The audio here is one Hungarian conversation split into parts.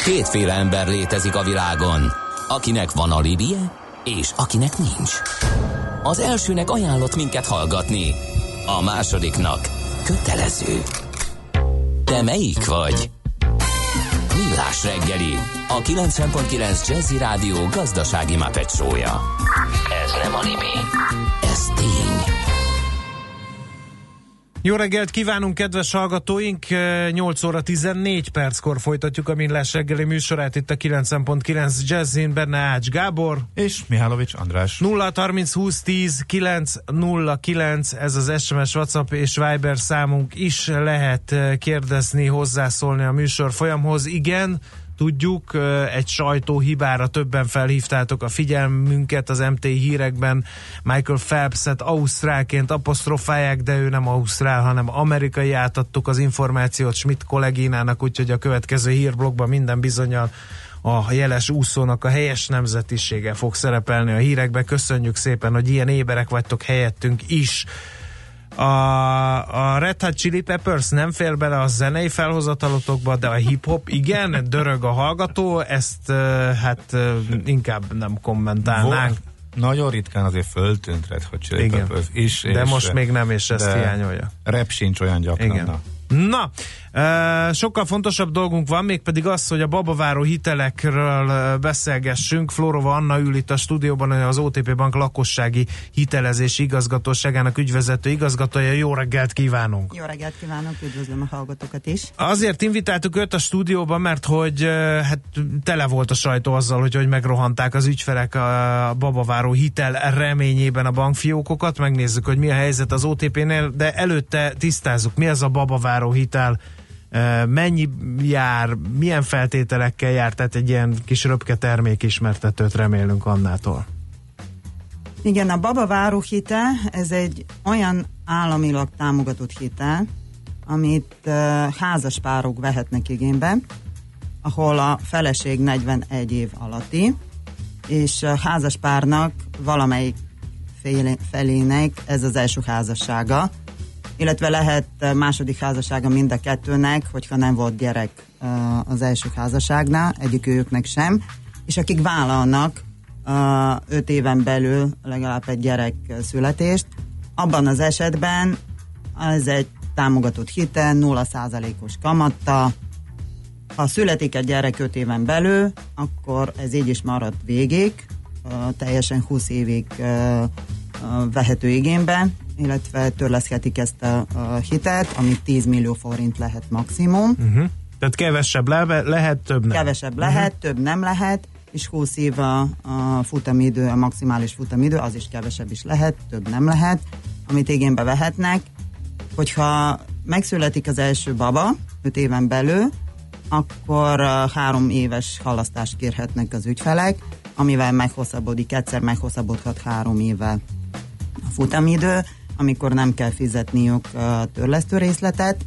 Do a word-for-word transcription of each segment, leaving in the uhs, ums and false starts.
Kétféle ember létezik a világon, akinek van alibije, és akinek nincs. Az elsőnek ajánlott minket hallgatni, a másodiknak kötelező. Te melyik vagy? Millás reggeli, a kilencven pont kilenc Jazzy Rádió gazdasági Muppet show-ja. Ez nem anime, ez tény. Jó reggelt kívánunk, kedves hallgatóink! nyolc óra tizennégy perckor folytatjuk a Millás reggeli műsorát itt a kilencven pont kilenc Jazzin, benne Ács Gábor és Mihálovics András. nulla harminc húsz tíz kilenc nulla kilenc, ez az es em es, WhatsApp és Viber számunk is, lehet kérdezni, hozzászólni a műsor folyamhoz. Igen, tudjuk, egy sajtóhibára többen felhívtátok a figyelmünket az em té hírekben. Michael Phelpset ausztrálként apostrofálják, de ő nem ausztrál, hanem amerikai. Átadtuk az információt Schmidt kolléginának, úgyhogy a következő hírblogban minden bizonnyal a jeles úszónak a helyes nemzetisége fog szerepelni a hírekbe. Köszönjük szépen, hogy ilyen éberek vagytok helyettünk is. A, a Red Hot Chili Peppers nem fér bele a zenei felhozatalotokba, de a hip-hop igen, dörög a hallgató, ezt uh, hát uh, inkább nem kommentálnánk. Vol- nagyon ritkán azért föltűnt Red Hot Chili Peppers is. De és most még nem, és ezt hiányolja. Rap sincs olyan gyakran. Igen. Na, uh, sokkal fontosabb dolgunk van, mégpedig az, hogy a babaváró hitelekről uh, beszélgessünk. Flórova Anna ül itt a stúdióban, az o té pé Bank lakossági hitelezési igazgatóságának ügyvezető igazgatója. Jó reggelt kívánunk! Jó reggelt kívánok, üdvözlöm a hallgatókat is! Azért invitáltuk őt a stúdióba, mert hogy uh, hát tele volt a sajtó azzal, hogy, hogy megrohanták az ügyfelek a babaváró hitel reményében a bankfiókokat. Megnézzük, hogy mi a helyzet az o té pénél, de előtte tisztázzuk, mi az a babaváró hitel, mennyi jár, milyen feltételekkel jár, tehát egy ilyen kis röpke termékismertetőt remélünk Annától. Igen, a babaváró hitel, ez egy olyan államilag támogatott hitel, amit uh, házaspárok vehetnek igénybe, ahol a feleség negyvenegy év alatti, és a házaspárnak valamelyik fél, felének ez az első házassága, illetve lehet második házassága mind a kettőnek, hogyha nem volt gyerek az első házasságnál, egyik őknek sem, és akik vállalnak öt éven belül legalább egy gyerek születést, abban az esetben ez egy támogatott hitel, nulla százalékos kamatta. Ha születik egy gyerek öt éven belül, akkor ez így is marad végig, teljesen húsz évig vehető igénybe, illetve törleszthetik ezt a, a hitelt, ami tíz millió forint lehet maximum. Uh-huh. Tehát kevesebb le- lehet, több nem. Kevesebb lehet, uh-huh. több nem lehet, és húsz év a, a futamidő, a maximális futamidő, az is kevesebb is lehet, több nem lehet, amit igénybe vehetnek. Hogyha megszületik az első baba, öt éven belül, akkor uh, három éves halasztást kérhetnek az ügyfelek, amivel meghosszabbodik, egyszer meghosszabbodhat három évvel a futamidő, amikor nem kell fizetniük a törlesztő részletet.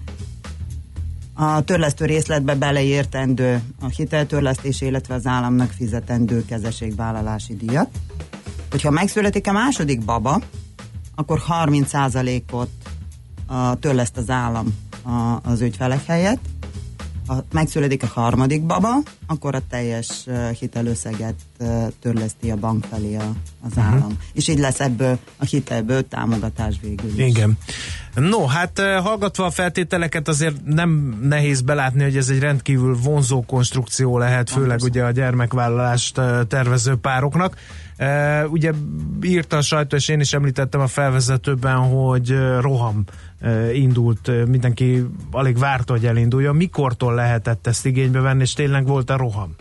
A törlesztő részletbe beleértendő a hiteltörlesztés, illetve az államnak fizetendő kezességvállalási díjat. Hogyha megszületik a második baba, akkor harminc százalékot törleszt az állam az ügyfelek helyett. Ha megszületik a harmadik baba, akkor a teljes uh, hitelösszeget uh, törleszti a bank felé a, az uh-huh. állam. És így lesz ebből a hitelből támogatás végül is. Igen. No, hát uh, hallgatva a feltételeket azért nem nehéz belátni, hogy ez egy rendkívül vonzó konstrukció lehet, főleg Pontosan. ugye a gyermekvállalást uh, tervező pároknak. Uh, ugye írta a sajtó, és én is említettem a felvezetőben, hogy uh, roham uh, indult, uh, mindenki alig várta, hogy elinduljon. Mikortól lehetett ezt igénybe venni, és tényleg volt a roham?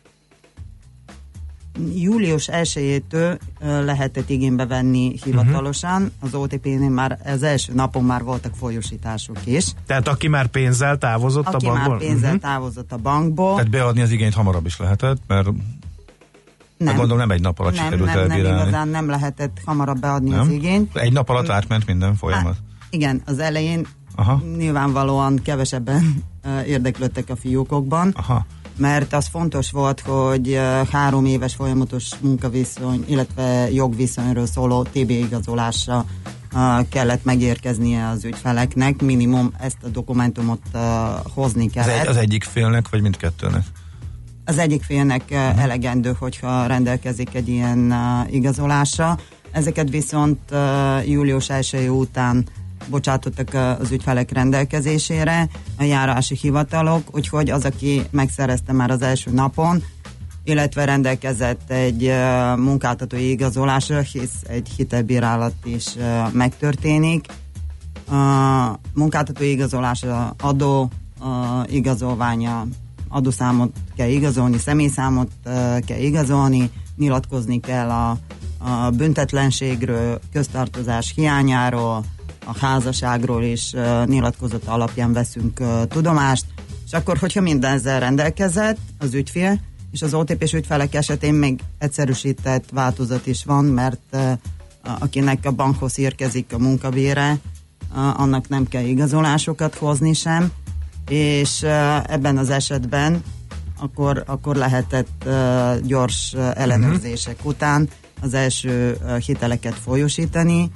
Július elsejétől uh, lehetett igénybe venni hivatalosan. Uh-huh. Az o té pénél már az első napon már voltak folyósítások is. Tehát aki már pénzzel távozott aki a bankból? Aki már pénzzel uh-huh. távozott a bankból. Tehát beadni az igényt hamarabb is lehetett, mert nem. Gondolom nem egy nap alatt nem, sikerült nem, elbírálni. Nem igazán nem lehetett hamarabb beadni nem? az igényt. Egy nap alatt átment minden folyamat. Hát, igen, az elején Aha. nyilvánvalóan kevesebben uh, érdeklődtek a fiókokban, Aha. mert az fontos volt, hogy uh, három éves folyamatos munkaviszony, illetve jogviszonyról szóló té bé igazolásra uh, kellett megérkeznie az ügyfeleknek, minimum ezt a dokumentumot uh, hozni kellett. Az, egy, az egyik félnek, vagy mindkettőnek? az egyik félnek elegendő, hogyha rendelkezik egy ilyen igazolásra. Ezeket viszont július elseje után bocsátottak az ügyfelek rendelkezésére a járási hivatalok, úgyhogy az, aki megszerezte már az első napon, illetve rendelkezett egy uh, munkáltatói igazolásra, hisz egy hitelbírálat is uh, megtörténik. A uh, munkáltatói igazolásra adó uh, igazolványa, adószámot kell igazolni, személyszámot uh, kell igazolni, nyilatkozni kell a, a büntetlenségről, köztartozás hiányáról, a házasságról is uh, nyilatkozat alapján veszünk uh, tudomást, és akkor, hogyha minden ezzel rendelkezett az ügyfél, és az o té pés ügyfelek esetén még egyszerűsített változat is van, mert uh, akinek a bankhoz érkezik a munkabére, uh, annak nem kell igazolásokat hozni sem, és uh, ebben az esetben akkor, akkor lehetett uh, gyors uh, ellenőrzések uh-huh. után az első uh, hiteleket folyósítani.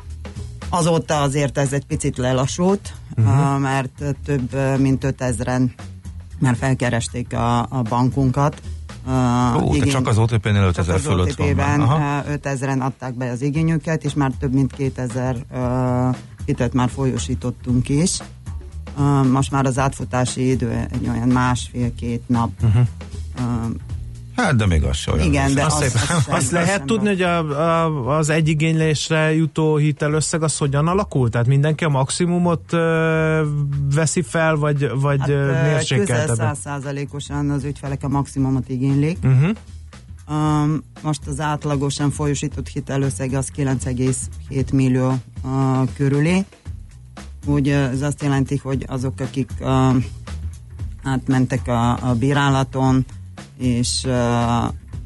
Azóta azért ez egy picit lelassult, uh-huh. uh, mert több uh, mint ötezren már felkeresték a, a bankunkat. Uh, Ó, igény, csak az o té pénél ötezer fölött van. ötezren adták be az igényüket, és már több mint kétezer uh, hitelt már folyósítottunk is. Uh, most már az átfutási idő egy olyan másfél-két nap. Uh-huh. Uh, Hát, de még az se olyan. Igen, de azt, az, az, az azt lehet tudni, hogy a, a, az egyigénylésre jutó hitelösszeg az hogyan alakul? Tehát mindenki a maximumot ö, veszi fel, vagy, vagy hát, mérsékeltebb? Közel száz százalékosan az ügyfelek a maximumot igénylik. Uh-huh. Um, most az átlagosan folyósított hitelösszeg az kilenc egész hét millió uh, körüli. Úgy ez azt jelenti, hogy azok, akik uh, átmentek a, a bírálaton, és uh,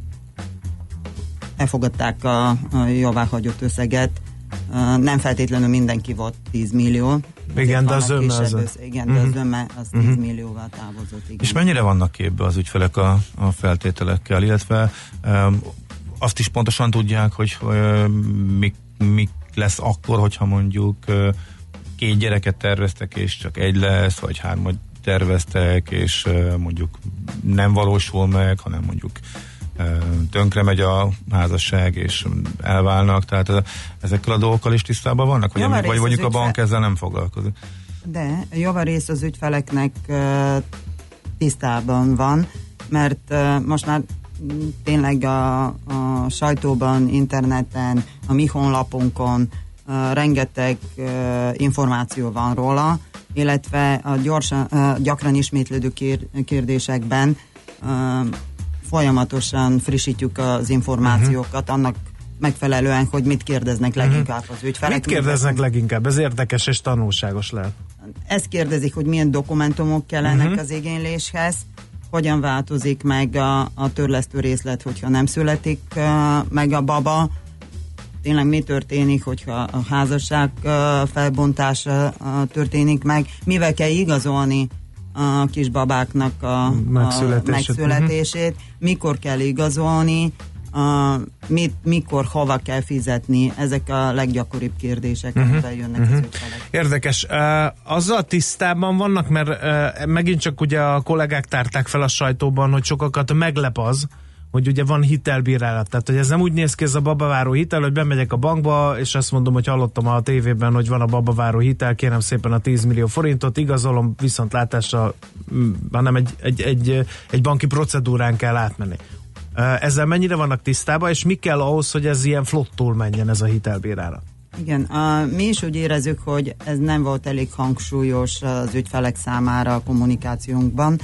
elfogadták a, a jóváhagyott összeget. Uh, nem feltétlenül mindenki volt tíz millió. Igen, de az ömme az. Össze, igen, uh-huh. de az ömme az tíz uh-huh. millióval távozott. Igen. És mennyire vannak képbe az ügyfelek a, a feltételekkel, illetve um, azt is pontosan tudják, hogy uh, mi, mi lesz akkor, hogyha mondjuk uh, két gyereket terveztek, és csak egy lesz, vagy hármat terveztek, és uh, mondjuk nem valósul meg, hanem mondjuk uh, tönkre megy a házasság, és elválnak, tehát uh, ezekkel a dolgokkal is tisztában vannak? Vagy, vagy, vagy mondjuk a bank ezzel nem foglalkozik? De javarész az ügyfeleknek uh, tisztában van, mert uh, most már tényleg a, a sajtóban, interneten, a mi honlapunkon uh, rengeteg uh, információ van róla, illetve a gyorsan, uh, gyakran ismétlődő kér, kérdésekben uh, folyamatosan frissítjük az információkat, uh-huh. annak megfelelően, hogy mit kérdeznek leginkább az ügyfelek. Mit kérdeznek mit leginkább? Ez érdekes és tanulságos lehet. Ezt kérdezik, hogy milyen dokumentumok kellenek uh-huh. az igényléshez, hogyan változik meg a, a törlesztő részlet, hogyha nem születik uh, meg a baba, tényleg mi történik, hogyha a házasság uh, felbontása uh, történik meg, mivel kell igazolni a kisbabáknak a megszületését, a megszületését uh-huh. mikor kell igazolni, uh, mit, mikor, hova kell fizetni, ezek a leggyakoribb kérdések, uh-huh. amivel jönnek uh-huh. az ügyfelek. Érdekes. Uh, azzal tisztában vannak, mert uh, megint csak ugye a kollégák tárták fel a sajtóban, hogy sokakat meglep az, hogy ugye van hitelbírálat, tehát hogy ez nem úgy néz ki ez a babaváró hitel, hogy bemegyek a bankba, és azt mondom, hogy hallottam a tévében, hogy van a babaváró hitel, kérem szépen a tíz millió forintot, igazolom, viszontlátásra, hanem egy, egy, egy, egy banki procedúrán kell átmenni. Ezzel mennyire vannak tisztában, és mi kell ahhoz, hogy ez ilyen flottul menjen ez a hitelbírálat? Igen, a, mi is úgy érezzük, hogy ez nem volt elég hangsúlyos az ügyfelek számára a kommunikációnkban,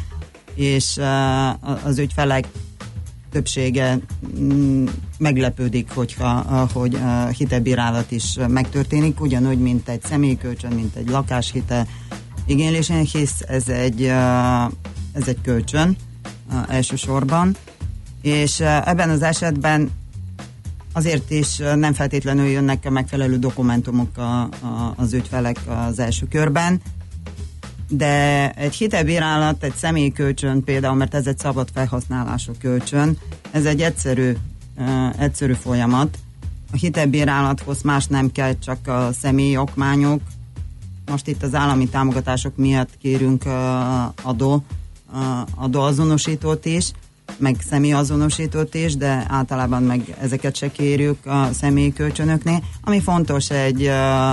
és az ügyfelek többsége mm, meglepődik, hogyha hogy a hitelbírálat is megtörténik, ugyanúgy, mint egy személykölcsön, mint egy lakáshitel igénylésén, hisz ez egy, ez egy kölcsön elsősorban, és ebben az esetben azért is nem feltétlenül jönnek a megfelelő dokumentumok a, a, az ügyfelek az első körben, de egy hitelbírálat, egy személyi kölcsön például, mert ez egy szabad felhasználású kölcsön, ez egy egyszerű, uh, egyszerű folyamat. A hitelbírálathoz más nem kell, csak a személyi okmányok. Most itt az állami támogatások miatt kérünk uh, adó, uh, adóazonosítót is, meg személyazonosítót is, de általában meg ezeket se kérjük a személyi kölcsönöknél. Ami fontos, egy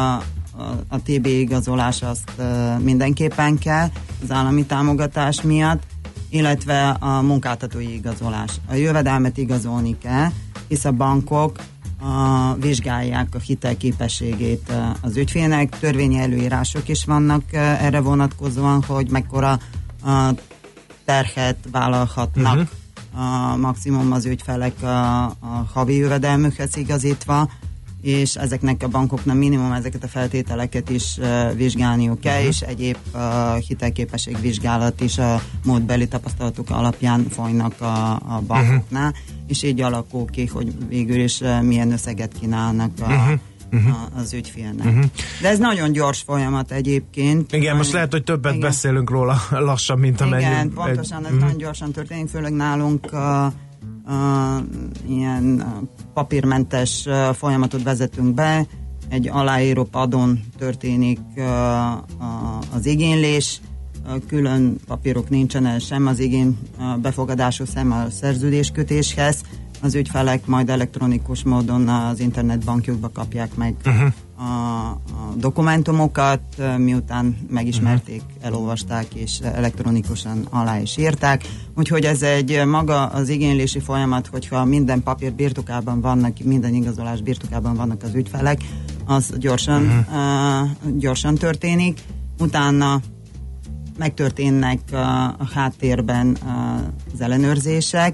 a té bé igazolás azt mindenképpen kell az állami támogatás miatt, illetve a munkáltatói igazolás. A jövedelmet igazolni kell, hisz a bankok a, vizsgálják a hitelképességét az ügyfélnek, törvényi előírások is vannak erre vonatkozóan, hogy mekkora a terhet vállalhatnak uh-huh. a maximum az ügyfelek a, a havi jövedelmükhez igazítva, és ezeknek a bankoknak minimum ezeket a feltételeket is uh, vizsgálniuk kell, uh-huh. és egyéb uh, hitelképességvizsgálat is a múltbeli tapasztalatok alapján folynak a, a bankoknál, uh-huh. és így alakul ki, hogy végül is uh, milyen összeget kínálnak a, uh-huh. Uh-huh. az ügyfélnek. Uh-huh. De ez nagyon gyors folyamat egyébként. Igen, most lehet, hogy többet igen. beszélünk róla lassan, mint amennyi. Igen, pontosan, egy... ez uh-huh. nagyon gyorsan történik, főleg nálunk uh, uh, ilyen uh, papírmentes uh, folyamatot vezetünk be, egy aláíró padon történik uh, uh, az igénylés, uh, külön papírok nincsenek sem az igény uh, befogadáshoz, sem a szerződéskötéshez, az ügyfelek majd elektronikus módon az internetbankjukba kapják meg uh-huh. a, a dokumentumokat, miután megismerték, uh-huh. elolvasták és elektronikusan alá is írták. Úgyhogy ez egy maga az igénylési folyamat, hogyha minden papír birtokában vannak, minden igazolás birtokában vannak az ügyfelek, az gyorsan, uh-huh. uh, gyorsan történik. Utána megtörténnek uh, a háttérben uh, az ellenőrzések,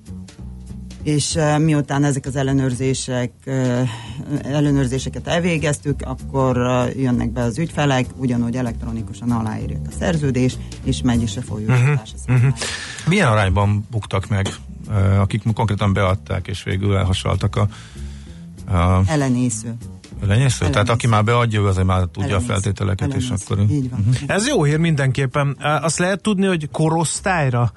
és uh, miután ezek az ellenőrzések uh, ellenőrzéseket elvégeztük, akkor uh, jönnek be az ügyfelek, ugyanúgy elektronikusan aláírják a szerződést, és megy is a folyósítás. Uh-huh. Uh-huh. Milyen arányban buktak meg, uh, akik konkrétan beadták, és végül elhasaltak a... a... Ellenésző. Ellenésző? Tehát aki már beadja, az már tudja Ellenésző. A feltételeket, Ellenésző. És akkor... Így van. Uh-huh. Ez jó hír mindenképpen. Azt lehet tudni, hogy korosztályra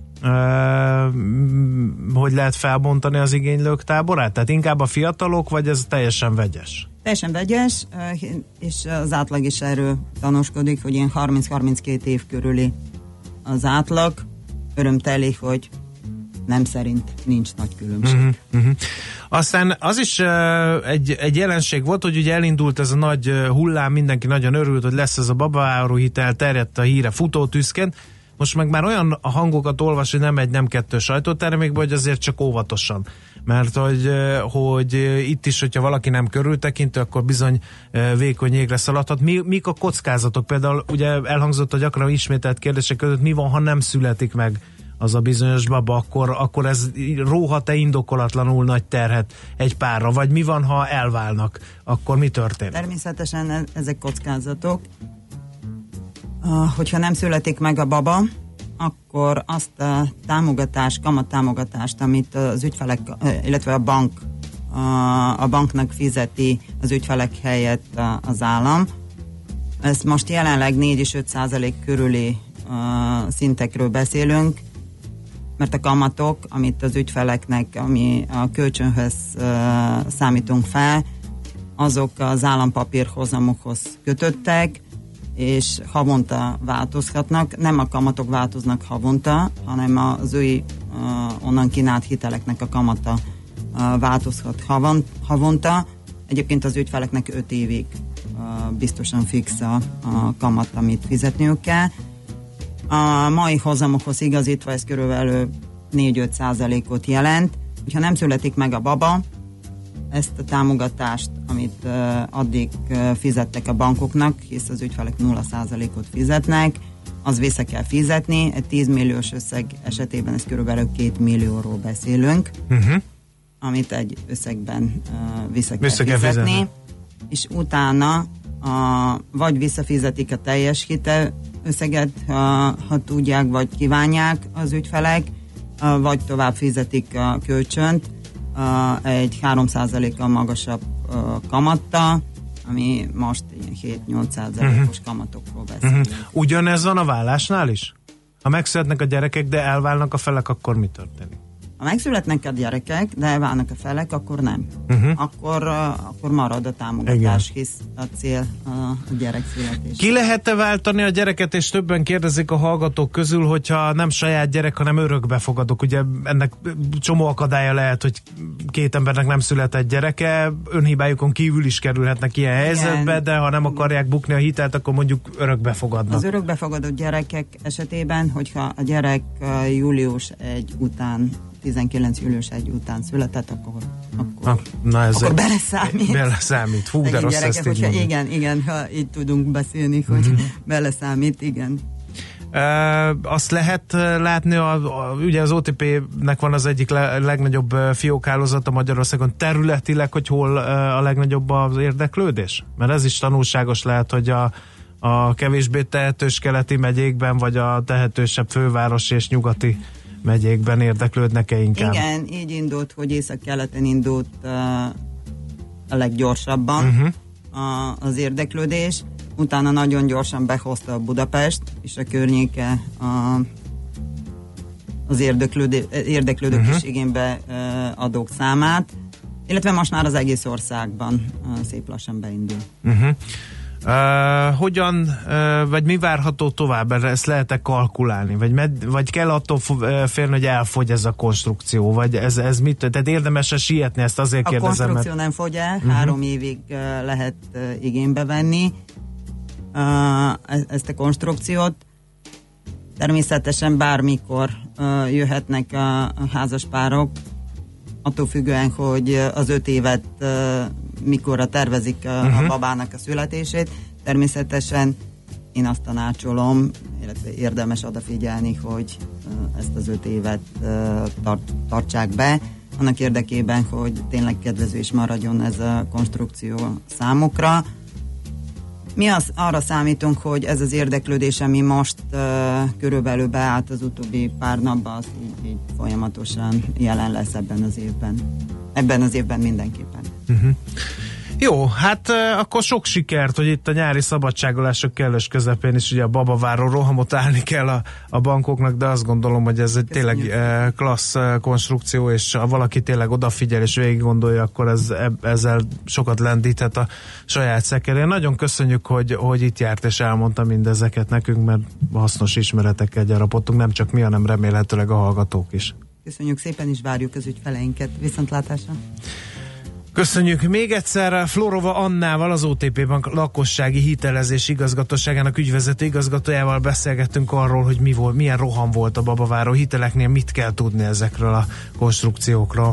Uh, hogy lehet felbontani az igénylők táborát? Tehát inkább a fiatalok, vagy ez teljesen vegyes? Teljesen vegyes, és az átlag is erről tanúskodik, hogy ilyen harminc-harminckét év körüli az átlag. Örömteli, hogy nem szerint nincs nagy különbség. Uh-huh, uh-huh. Aztán az is uh, egy, egy jelenség volt, hogy ugye elindult ez a nagy uh, hullám, mindenki nagyon örült, hogy lesz ez a babaáruhitel, terjedt a híre futótűzként. Most meg már olyan hangokat olvas, hogy nem egy, nem kettő sajtótermékben, hogy azért csak óvatosan. Mert hogy, hogy itt is, hogyha valaki nem körültekintő, akkor bizony vékony jégre szaladhat. Mi, mik a kockázatok? Például ugye elhangzott a gyakran ismételt kérdések között, mi van, ha nem születik meg az a bizonyos baba, akkor, akkor ez róhat-e indokolatlanul nagy terhet egy párra? Vagy mi van, ha elválnak? Akkor mi történik? Természetesen ezek kockázatok. Uh, hogyha nem születik meg a baba, akkor azt a támogatást, kamattámogatást, amit az ügyfelek, illetve a bank, uh, a banknak fizeti az ügyfelek helyett uh, az állam. Ezt most jelenleg négy és öt százalék körüli uh, szintekről beszélünk, mert a kamatok, amit az ügyfeleknek, ami a kölcsönhöz uh, számítunk fel, azok az állampapír hozamokhoz kötöttek, és havonta változhatnak. Nem a kamatok változnak havonta, hanem az új uh, onnan kínált hiteleknek a kamata uh, változhat havon, havonta. Egyébként az ügyfeleknek öt évig uh, biztosan fix a, a kamat, amit fizetniük kell. A mai hozamokhoz igazítva ez körülbelül négy-öt százalékot jelent. Ha nem születik meg a baba, ezt a támogatást, amit uh, addig uh, fizettek a bankoknak, hisz az ügyfelek nulla százalékot fizetnek, az vissza kell fizetni. Egy tíz milliós összeg esetében ez körülbelül két millióról beszélünk, uh-huh. amit egy összegben uh, vissza kell vissza fizetni, kell fizetni, és utána uh, vagy visszafizetik a teljes hitel összeget, uh, ha tudják, vagy kívánják az ügyfelek, uh, vagy tovább fizetik a kölcsönt, Uh, egy három százalékkal magasabb uh, kamatta, ami most hét-nyolc százalékos uh-huh. kamatokról beszélünk. Uh-huh. Ugyanez van a vállásnál is? Ha megszületnek a gyerekek, de elválnak a felek, akkor mi történik? Ha megszületnek a gyerekek, de elválnak a felek, akkor nem. Uh-huh. Akkor, uh, akkor marad a támogatás, igen. Hisz a cél a, a gyerek születés. Ki lehet-e váltani a gyereket, és többen kérdezik a hallgatók közül, hogyha nem saját gyerek, hanem örökbefogadok. Ugye ennek csomó akadálya lehet, hogy két embernek nem született gyereke, önhibájukon kívül is kerülhetnek ilyen helyzetbe, igen. De ha nem akarják bukni a hitelt, akkor mondjuk örökbefogadnak. Az örökbefogadott gyerekek esetében, hogyha a gyerek uh, július elseje után tizenkilenc július elseje után született, akkor, akkor, Na ez akkor beleszámít. Beleszámít. Fú, de rossz gyerekek, ezt így igen, igen, ha így tudunk beszélni, hogy uh-huh. beleszámít, igen. Uh, azt lehet látni, a, a, ugye az o té pé-nek van az egyik le, legnagyobb fiókhálózata Magyarországon területileg, hogy hol uh, a legnagyobb az érdeklődés? Mert ez is tanulságos lehet, hogy a, a kevésbé tehetős keleti megyékben, vagy a tehetősebb fővárosi és nyugati megyékben érdeklődnek-e inkább? Igen, így indult, hogy észak-keleten indult uh, a leggyorsabban uh-huh. a, az érdeklődés. Utána nagyon gyorsan behozta a Budapest és a környéke a, az érdeklődő, érdeklődők uh-huh. is igénybe uh, adók számát, illetve most már az egész országban uh, szép lassan beindul. Uh-huh. Uh, hogyan, uh, vagy mi várható tovább? Ezt lehet-e kalkulálni? Vagy, med, vagy kell attól félni, hogy elfogy ez a konstrukció? Vagy ez, ez mit? Tehát érdemes-e sietni? Ezt azért a kérdezem. A konstrukció mert... nem fogy el, uh-huh. három évig uh, lehet uh, igénybe venni uh, ezt a konstrukciót. Természetesen bármikor uh, jöhetnek a, a házaspárok, attól függően, hogy az öt évet uh, mikorra tervezik a, uh-huh. a babának a születését. Természetesen én azt tanácsolom, illetve érdemes odafigyelni, hogy uh, ezt az öt évet uh, tart, tartsák be, annak érdekében, hogy tényleg kedvező is maradjon ez a konstrukció számukra. Mi az, arra számítunk, hogy ez az érdeklődés, ami most uh, körülbelül beállt az utóbbi pár napban, az így, így folyamatosan jelen lesz ebben az évben. Ebben az évben mindenképpen. Uh-huh. Jó, hát uh, akkor sok sikert, hogy itt a nyári szabadságolások kellős közepén is ugye a babaváró rohamot állni kell a, a bankoknak, de azt gondolom, hogy ez egy Köszönjük. tényleg uh, klassz uh, konstrukció, és ha valaki tényleg odafigyel és végig gondolja, akkor ez, ezzel sokat lendíthet a saját szekerén. Nagyon köszönjük, hogy, hogy itt járt és elmondta mindezeket nekünk, mert hasznos ismeretekkel gyarapodtunk, nem csak mi, hanem remélhetőleg a hallgatók is. Köszönjük szépen, és várjuk az ügyfeleinket. Viszontlátásra! Köszönjük még egyszer Flórova Annával, az o té pé Bank lakossági hitelezés igazgatóságának ügyvezető igazgatójával beszélgettünk arról, hogy mi volt, milyen roham volt a babaváró hiteleknél, mit kell tudni ezekről a konstrukciókról.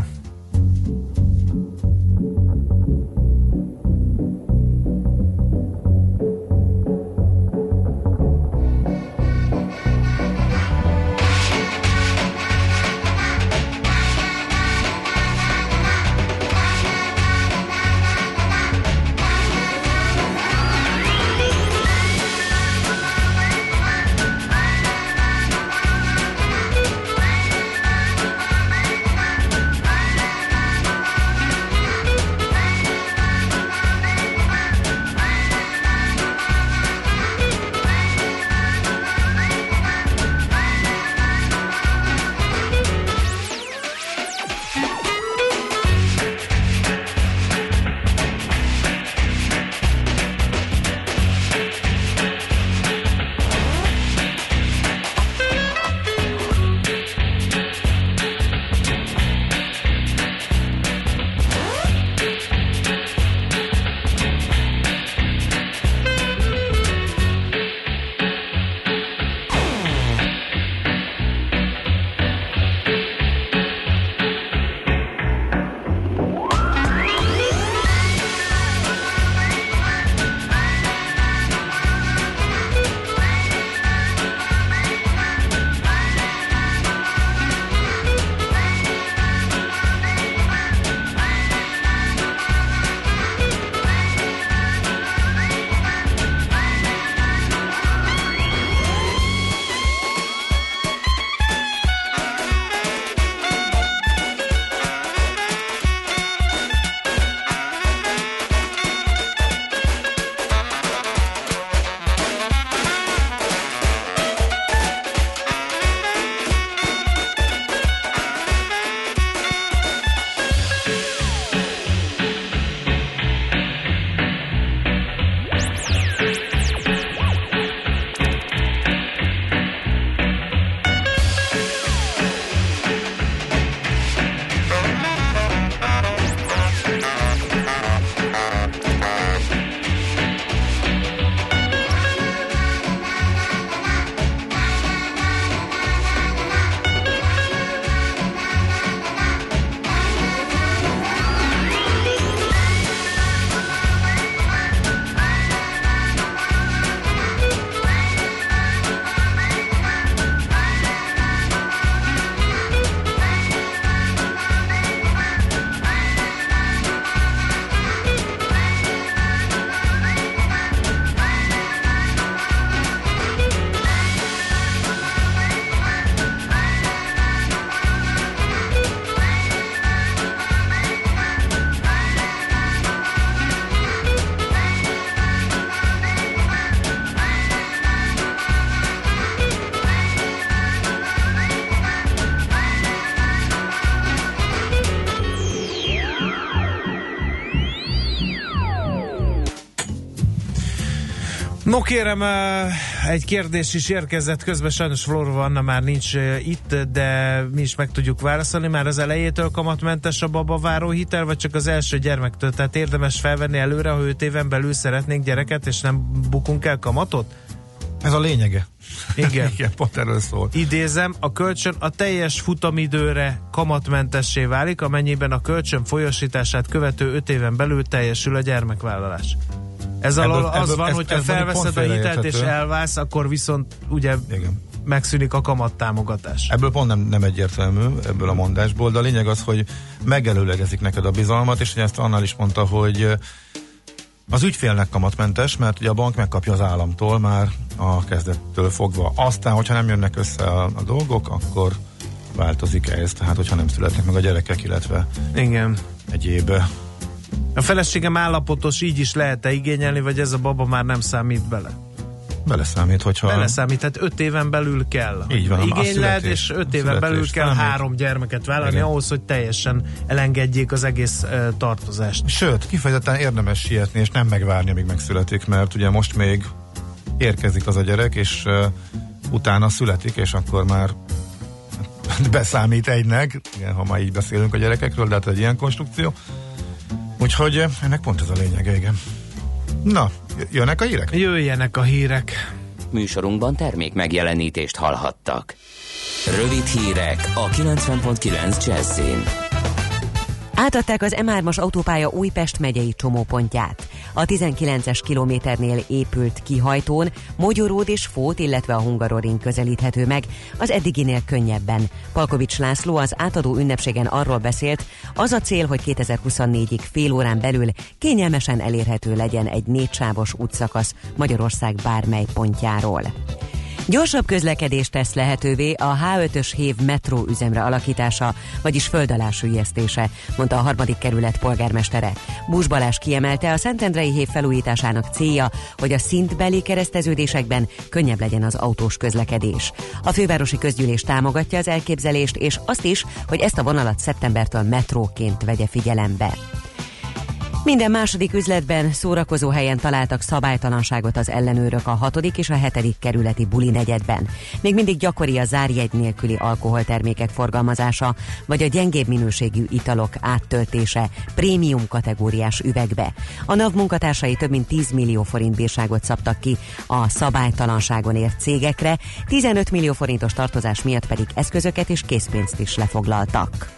No kérem, egy kérdés is érkezett közben, sajnos Flórova Anna már nincs itt, de mi is meg tudjuk válaszolni. Már az elejétől kamatmentes a babaváró hitel, vagy csak az első gyermektől? Tehát érdemes felvenni előre, ha öt éven belül szeretnénk gyereket, és nem bukunk el kamatot? Ez a lényege. Igen. Igen, pont erről szól. Idézem, a kölcsön a teljes futamidőre kamatmentessé válik, amennyiben a kölcsön folyosítását követő öt éven belül teljesül a gyermekvállalás. Ez ebből, alól az ebből, van, ez, hogyha ez felveszed a hitelt és elválsz, akkor viszont ugye igen, megszűnik a kamattámogatás. Ebből pont nem, nem egyértelmű, ebből a mondásból, de a lényeg az, hogy megelőlegezik neked a bizalmat, és ezt annál is mondta, hogy az ügyfélnek kamatmentes, mert ugye a bank megkapja az államtól már a kezdettől fogva. Aztán, hogyha nem jönnek össze a, a dolgok, akkor változik ez, tehát hogyha nem születnek meg a gyerekek, illetve igen, egyéb. A feleségem állapotos, így is lehet-e igényelni, vagy ez a baba már nem számít bele? Beleszámít, hogyha... Beleszámít, tehát öt éven belül kell. Így van, igényled, és öt éven belül kell számít. Három gyermeket vállalni, igen, ahhoz, hogy teljesen elengedjék az egész uh, tartozást. Sőt, kifejezetten érdemes sietni, és nem megvárni, amíg megszületik, mert ugye most még érkezik az a gyerek, és uh, utána születik, és akkor már beszámít egynek, igen, ha már így beszélünk a gyerekekről, de hát egy ilyen konstrukció. Úgyhogy ennek pont ez a lényege, igen. Na, jönnek a hírek? Jöjjenek a hírek. Műsorunkban termék megjelenítést hallhattak. Rövid hírek a kilencven pont kilenc Jazzin. Átadták az em hármas autópálya Újpest megyei csomópontját. A tizenkilences kilométernél épült kihajtón Mogyoród és Fót, illetve a Hungaroring közelíthető meg, az eddiginél könnyebben. Palkovics László az átadó ünnepségen arról beszélt, az a cél, hogy kétezer-huszonnégyig fél órán belül kényelmesen elérhető legyen egy négysávos útszakasz Magyarország bármely pontjáról. Gyorsabb közlekedést tesz lehetővé a há ötös hév metró üzemre alakítása, vagyis föld alá süllyesztése, mondta a harmadik kerület polgármestere. Bús Balázs kiemelte, a Szentendrei hév felújításának célja, hogy a szintbeli kereszteződésekben könnyebb legyen az autós közlekedés. A fővárosi közgyűlés támogatja az elképzelést, és azt is, hogy ezt a vonalat szeptembertől metróként vegye figyelembe. Minden második üzletben, szórakozó helyen találtak szabálytalanságot az ellenőrök a hatodik és a hetedik kerületi buli negyedben. Még mindig gyakori a zárjegy nélküli alkoholtermékek forgalmazása, vagy a gyengébb minőségű italok áttöltése prémium kategóriás üvegbe. A NAV munkatársai több mint tíz millió forint bírságot szabtak ki a szabálytalanságon ért cégekre, tizenöt millió forintos tartozás miatt pedig eszközöket és készpénzt is lefoglaltak.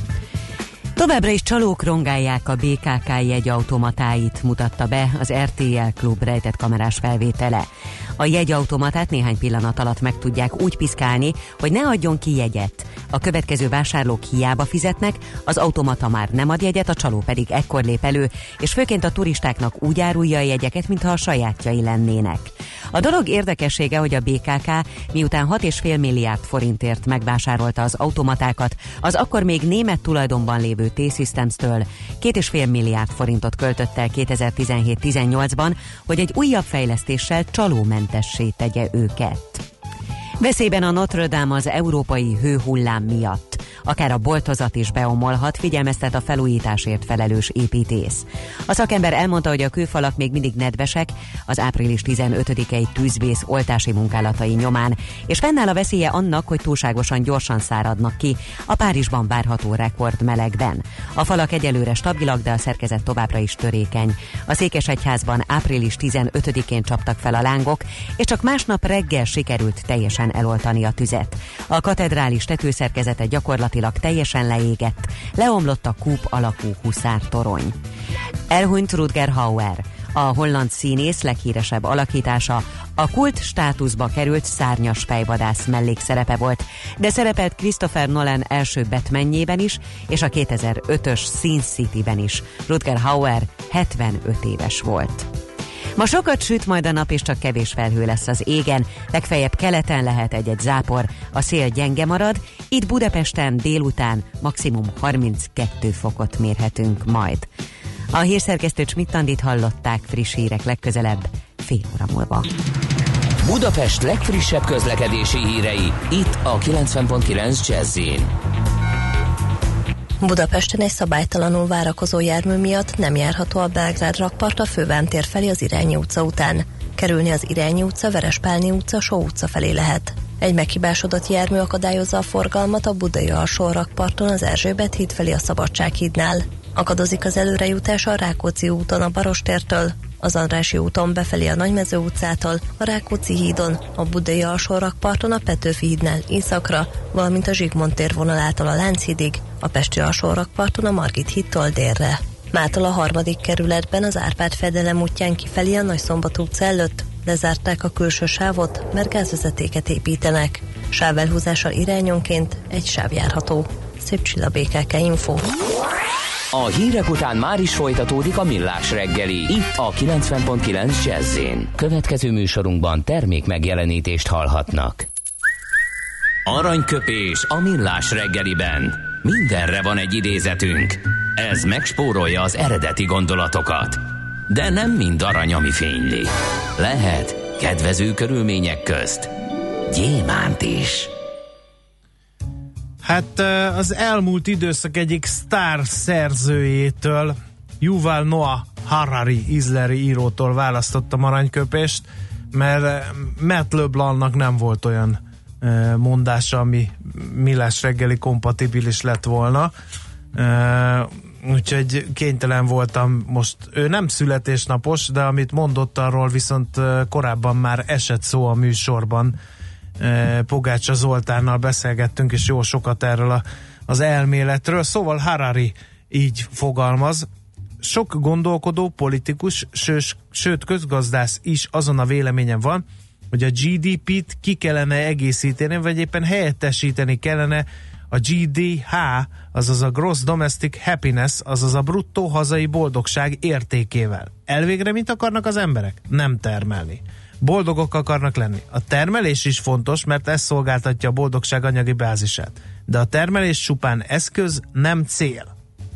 Továbbra is csalók rongálják a bé ká ká jegyautomatáit, mutatta be az er té el Klub rejtett kamerás felvétele. A jegyautomatát néhány pillanat alatt meg tudják úgy piszkálni, hogy ne adjon ki jegyet. A következő vásárlók hiába fizetnek, az automata már nem ad jegyet, a csaló pedig ekkor lép elő, és főként a turistáknak úgy árulja a jegyeket, mintha a sajátjai lennének. A dolog érdekessége, hogy a bé ká ká miután hat egész öt milliárd forintért megvásárolta az automatákat, az akkor még német tulajdonban lévő T-Systems-től két egész öt milliárd forintot költött el kétezer-tizenhét-tizennyolcban, hogy egy újabb fejlesztéssel csalómentessé tegye őket. Veszélyben a Notre Dame az európai hőhullám miatt. Akár a boltozat is beomolhat, figyelmeztet a felújításért felelős építész. A szakember elmondta, hogy a kőfalak még mindig nedvesek az április tizenötödikei tűzvész oltási munkálatai nyomán, és fennáll a veszélye annak, hogy túlságosan gyorsan száradnak ki a Párizsban várható rekordmelegben. A falak egyelőre stabilak, de a szerkezet továbbra is törékeny. A Székesegyházban április tizenötödikén csaptak fel a lángok, és csak másnap reggel sikerült teljesen eloltani a tüzet. A katedrális tetőszerkezete gyakorlatilag teljesen leégett, leomlott a kúp alakú huszártorony. Elhunyt Rutger Hauer, a holland színész leghíresebb alakítása, a kult státuszba került szárnyas fejvadász mellékszerepe volt, de szerepelt Christopher Nolan első Batmanjében is, és a kétezer-ötös Sin City-ben is. Rutger Hauer hetvenöt éves volt. Ma sokat süt majd a nap, és csak kevés felhő lesz az égen, legfeljebb keleten lehet egy-egy zápor, a szél gyenge marad, itt Budapesten délután maximum harminckettő fokot mérhetünk majd. A hírszerkesztő Csmittandit hallották, friss hírek legközelebb, fél óra múlva. Budapest legfrissebb közlekedési hírei, itt a kilencven pont kilenc Jazz-in. Budapesten egy szabálytalanul várakozó jármű miatt nem járható a Belgrád rakpart a Főván tér felé az Irányi utca után. Kerülni az Irányi utca, Verespálni utca, Só utca felé lehet. Egy meghibásodott jármű akadályozza a forgalmat a budai alsórakparton az Erzsébet híd felé a Szabadsághídnál. Akadozik az előrejutás a Rákóczi úton a Barostértől, az Andrássy úton befelé a Nagymező utcától, a Rákóczi hídon, a budai alsórakparton a Petőfi hídnál északra, valamint a Zsigmond tér vonalától a Lánchídig, a Pesti alsórakparton a Margit hídtól délre. Mától a harmadik kerületben az Árpád-fedelem útján kifelé a Nagyszombat utca előtt lezárták a külső sávot, mert gázvezetéket építenek. Sávelhúzással irányonként egy sáv járható. Szép Csilla, bé ká ká Info. A hírek után már is folytatódik a Millás reggeli, itt a kilencven pont kilenc Jazz-én. Következő műsorunkban termék megjelenítést hallhatnak. Aranyköpés a Millás reggeliben. Mindenre van egy idézetünk. Ez megspórolja az eredeti gondolatokat. De nem mind arany, ami fényli. Lehet kedvező körülmények közt gyémánt is. Hát az elmúlt időszak egyik sztár szerzőjétől, Yuval Noah Harari izraeli írótól választottam aranyköpést, mert Matt LeBlancnak nem volt olyan mondása, ami Millás reggeli kompatibilis lett volna. Úgyhogy kénytelen voltam most, ő nem születésnapos, de amit mondott arról viszont korábban már esett szó a műsorban. Pogácsa Zoltánnal beszélgettünk, és jó sokat erről a, az elméletről. Szóval Harari így fogalmaz: sok gondolkodó, politikus, sős, sőt közgazdász is azon a véleményen van, hogy a gé dé pét ki kellene egészíteni, vagy éppen helyettesíteni kellene a gé dé há, azaz a Gross Domestic Happiness, azaz a bruttó hazai boldogság értékével. Elvégre mit akarnak az emberek? Nem termelni. Boldogok akarnak lenni. A termelés is fontos, mert ez szolgáltatja a boldogság anyagi bázisát. De a termelés csupán eszköz, nem cél.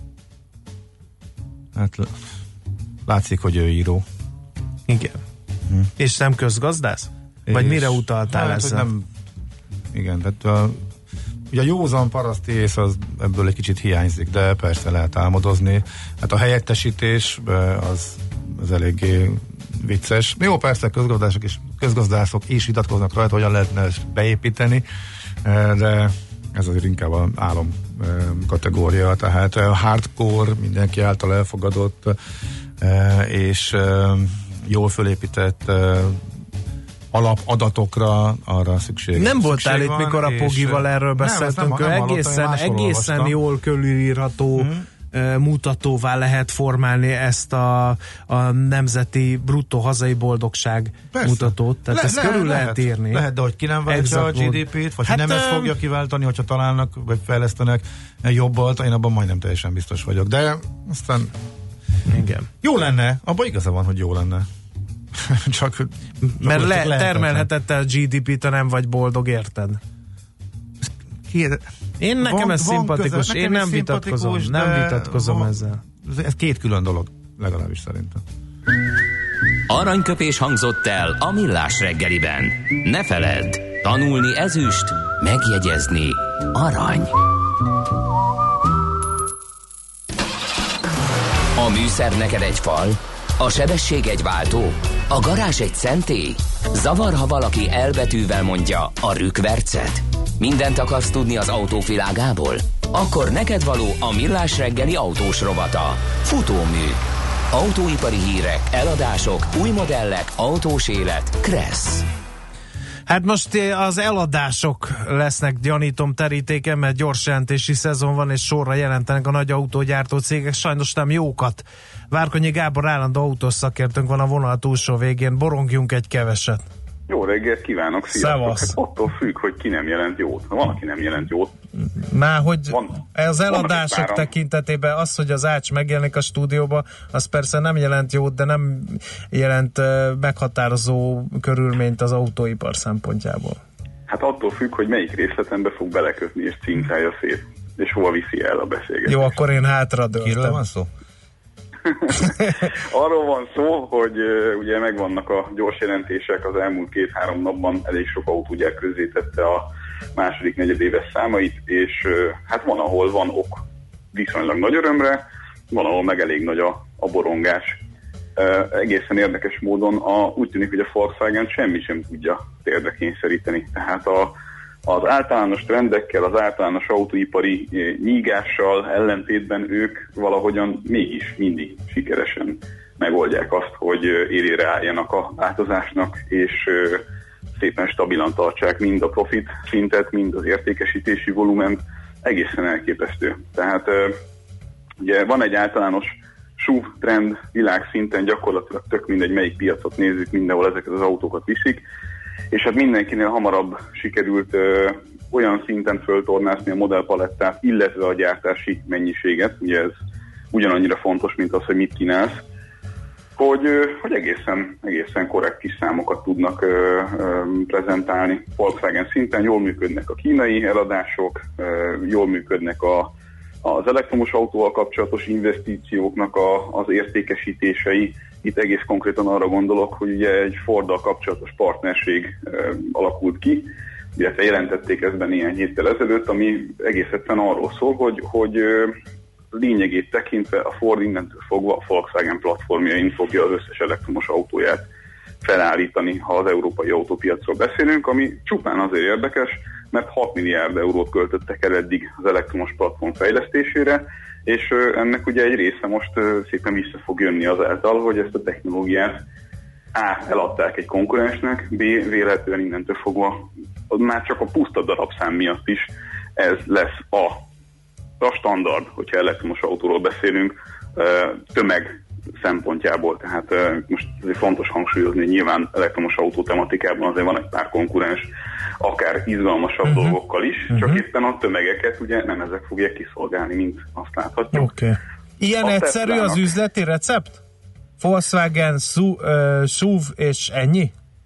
Hát látszik, hogy ő író. Igen. Hm. És nem közgazdász? Vagy és mire utaltál hát, ezzel? Nem, igen, tehát a, ugye a józan paraszti ész az ebből egy kicsit hiányzik, de persze lehet álmodozni. Hát a helyettesítés az, az eléggé vicces. Jó, persze közgazdászok is, közgazdászok is vitatkoznak rajta, hogyan lehetne ezt beépíteni, de ez azért inkább az álom kategória, tehát hardcore, mindenki által elfogadott és jól fölépített alapadatokra arra szükség. Nem voltál szükség itt, mikor a Pogival erről beszéltünk, nem, nem, egészen, hallottam, egészen jól körülírható hmm. mutatóvá lehet formálni ezt a, a nemzeti bruttó hazai boldogság Persze. mutatót. Tehát Le, ezt le, körül lehet, lehet írni. Lehet, de hogy ki nem váltja a gé dé pét, vagy hát nem ezt fogja kiváltani, hogyha találnak, vagy fejlesztenek jobbat, én abban majdnem teljesen biztos vagyok. De aztán igen. Jó lenne, abban igaza van, hogy jó lenne. Csak, mert le, termelhetett el gé dé pét, ha nem vagy boldog, érted? Kér... Én nekem van, ez van szimpatikus, közel, én nem vitatkozom, nem vitatkozom van, ezzel. Ez két külön dolog, legalábbis szerintem. Aranyköpés hangzott el a Millás reggeliben. Ne feledd, tanulni ezüst, megjegyezni arany. A műszer neked egy fal, a sebesség egy váltó, a garázs egy szentély. Zavar, ha valaki elbetűvel mondja a rükvercet. Mindent akarsz tudni az autóvilágából? Akkor neked való a Millás reggeli autós rovata. Futómű. Autóipari hírek, eladások, új modellek, autós élet. Kressz. Hát most az eladások lesznek, gyanítom, terítéken, mert gyors jelentési szezon van, és sorra jelentenek a nagy autógyártó cégek, sajnos nem jókat. Várkonyi Gábor állandó autós szakértőnk van a vonal túlsó végén, borongjunk egy keveset. Jó reggelt kívánok, sziasztok! Hát attól függ, hogy ki nem jelent jót. Van, aki nem jelent jót. Már hogy van, az eladások tekintetében az, hogy az Ács megjelenik a stúdióba, az persze nem jelent jót, de nem jelent uh, meghatározó körülményt az autóipar szempontjából. Hát attól függ, hogy melyik részletembe fog belekötni és cinkálja szét, és hova viszi el a beszélgetést. Jó, akkor én hátradőltem. Kiről van szó? Arról van szó, hogy uh, ugye megvannak a gyors jelentések, az elmúlt két-három napban elég sok autógyár közzétette a második negyedéves számait, és uh, hát van, ahol van ok viszonylag nagy örömre, van, ahol meg elég nagy a, a borongás. egészen érdekes módon a, úgy tűnik, hogy a Volkswagen semmi sem tudja térdre kényszeríteni. Tehát a, az általános trendekkel, az általános autóipari nyígással ellentétben ők valahogyan mégis mindig sikeresen megoldják azt, hogy élére álljanak a változásnak, és szépen stabilan tartsák mind a profit szintet, mind az értékesítési volument. Egészen elképesztő. Tehát ugye van egy általános es u vé trend világszinten, gyakorlatilag tök mindegy, melyik piacot nézzük, mindenhol ezeket az autókat viszik, és hát mindenkinél hamarabb sikerült ö, olyan szinten föltornászni a modellpalettát, illetve a gyártási mennyiséget, ugye ez ugyanannyira fontos, mint az, hogy mit kínálsz, hogy, ö, hogy egészen, egészen korrekt kis számokat tudnak ö, ö, prezentálni. Volkswagen szinten jól működnek a kínai eladások, ö, jól működnek a az elektromos autóval kapcsolatos investícióknak a, az értékesítései. Itt egész konkrétan arra gondolok, hogy ugye egy Forddal kapcsolatos partnerség e, alakult ki, illetve jelentették ezt be néhány héttel ezelőtt, ami egész egyszerűen arról szól, hogy, hogy e, lényegét tekintve a Ford innentől fogva a Volkswagen platformjain fogja az összes elektromos autóját felállítani, ha az európai autópiacról beszélünk, ami csupán azért érdekes, mert hat milliárd eurót költöttek el eddig az elektromos platform fejlesztésére, és ennek ugye egy része most szépen vissza fog jönni azáltal, hogy ezt a technológiát A. eladták egy konkurensnek, B. véletlenül innentől fogva már csak a puszta darabszám miatt is ez lesz a, a standard, hogyha elektromos autóról beszélünk, tömeg szempontjából, tehát uh, most azért fontos hangsúlyozni, hogy nyilván elektromos autó tematikában azért van egy pár konkurens, akár izgalmasabb uh-huh. dolgokkal is, uh-huh. csak éppen a tömegeket ugye nem ezek fogják kiszolgálni, mint azt láthatjuk. Okay. Ilyen a egyszerű Teslának az üzleti recept? Volkswagen, es u vé és ennyi?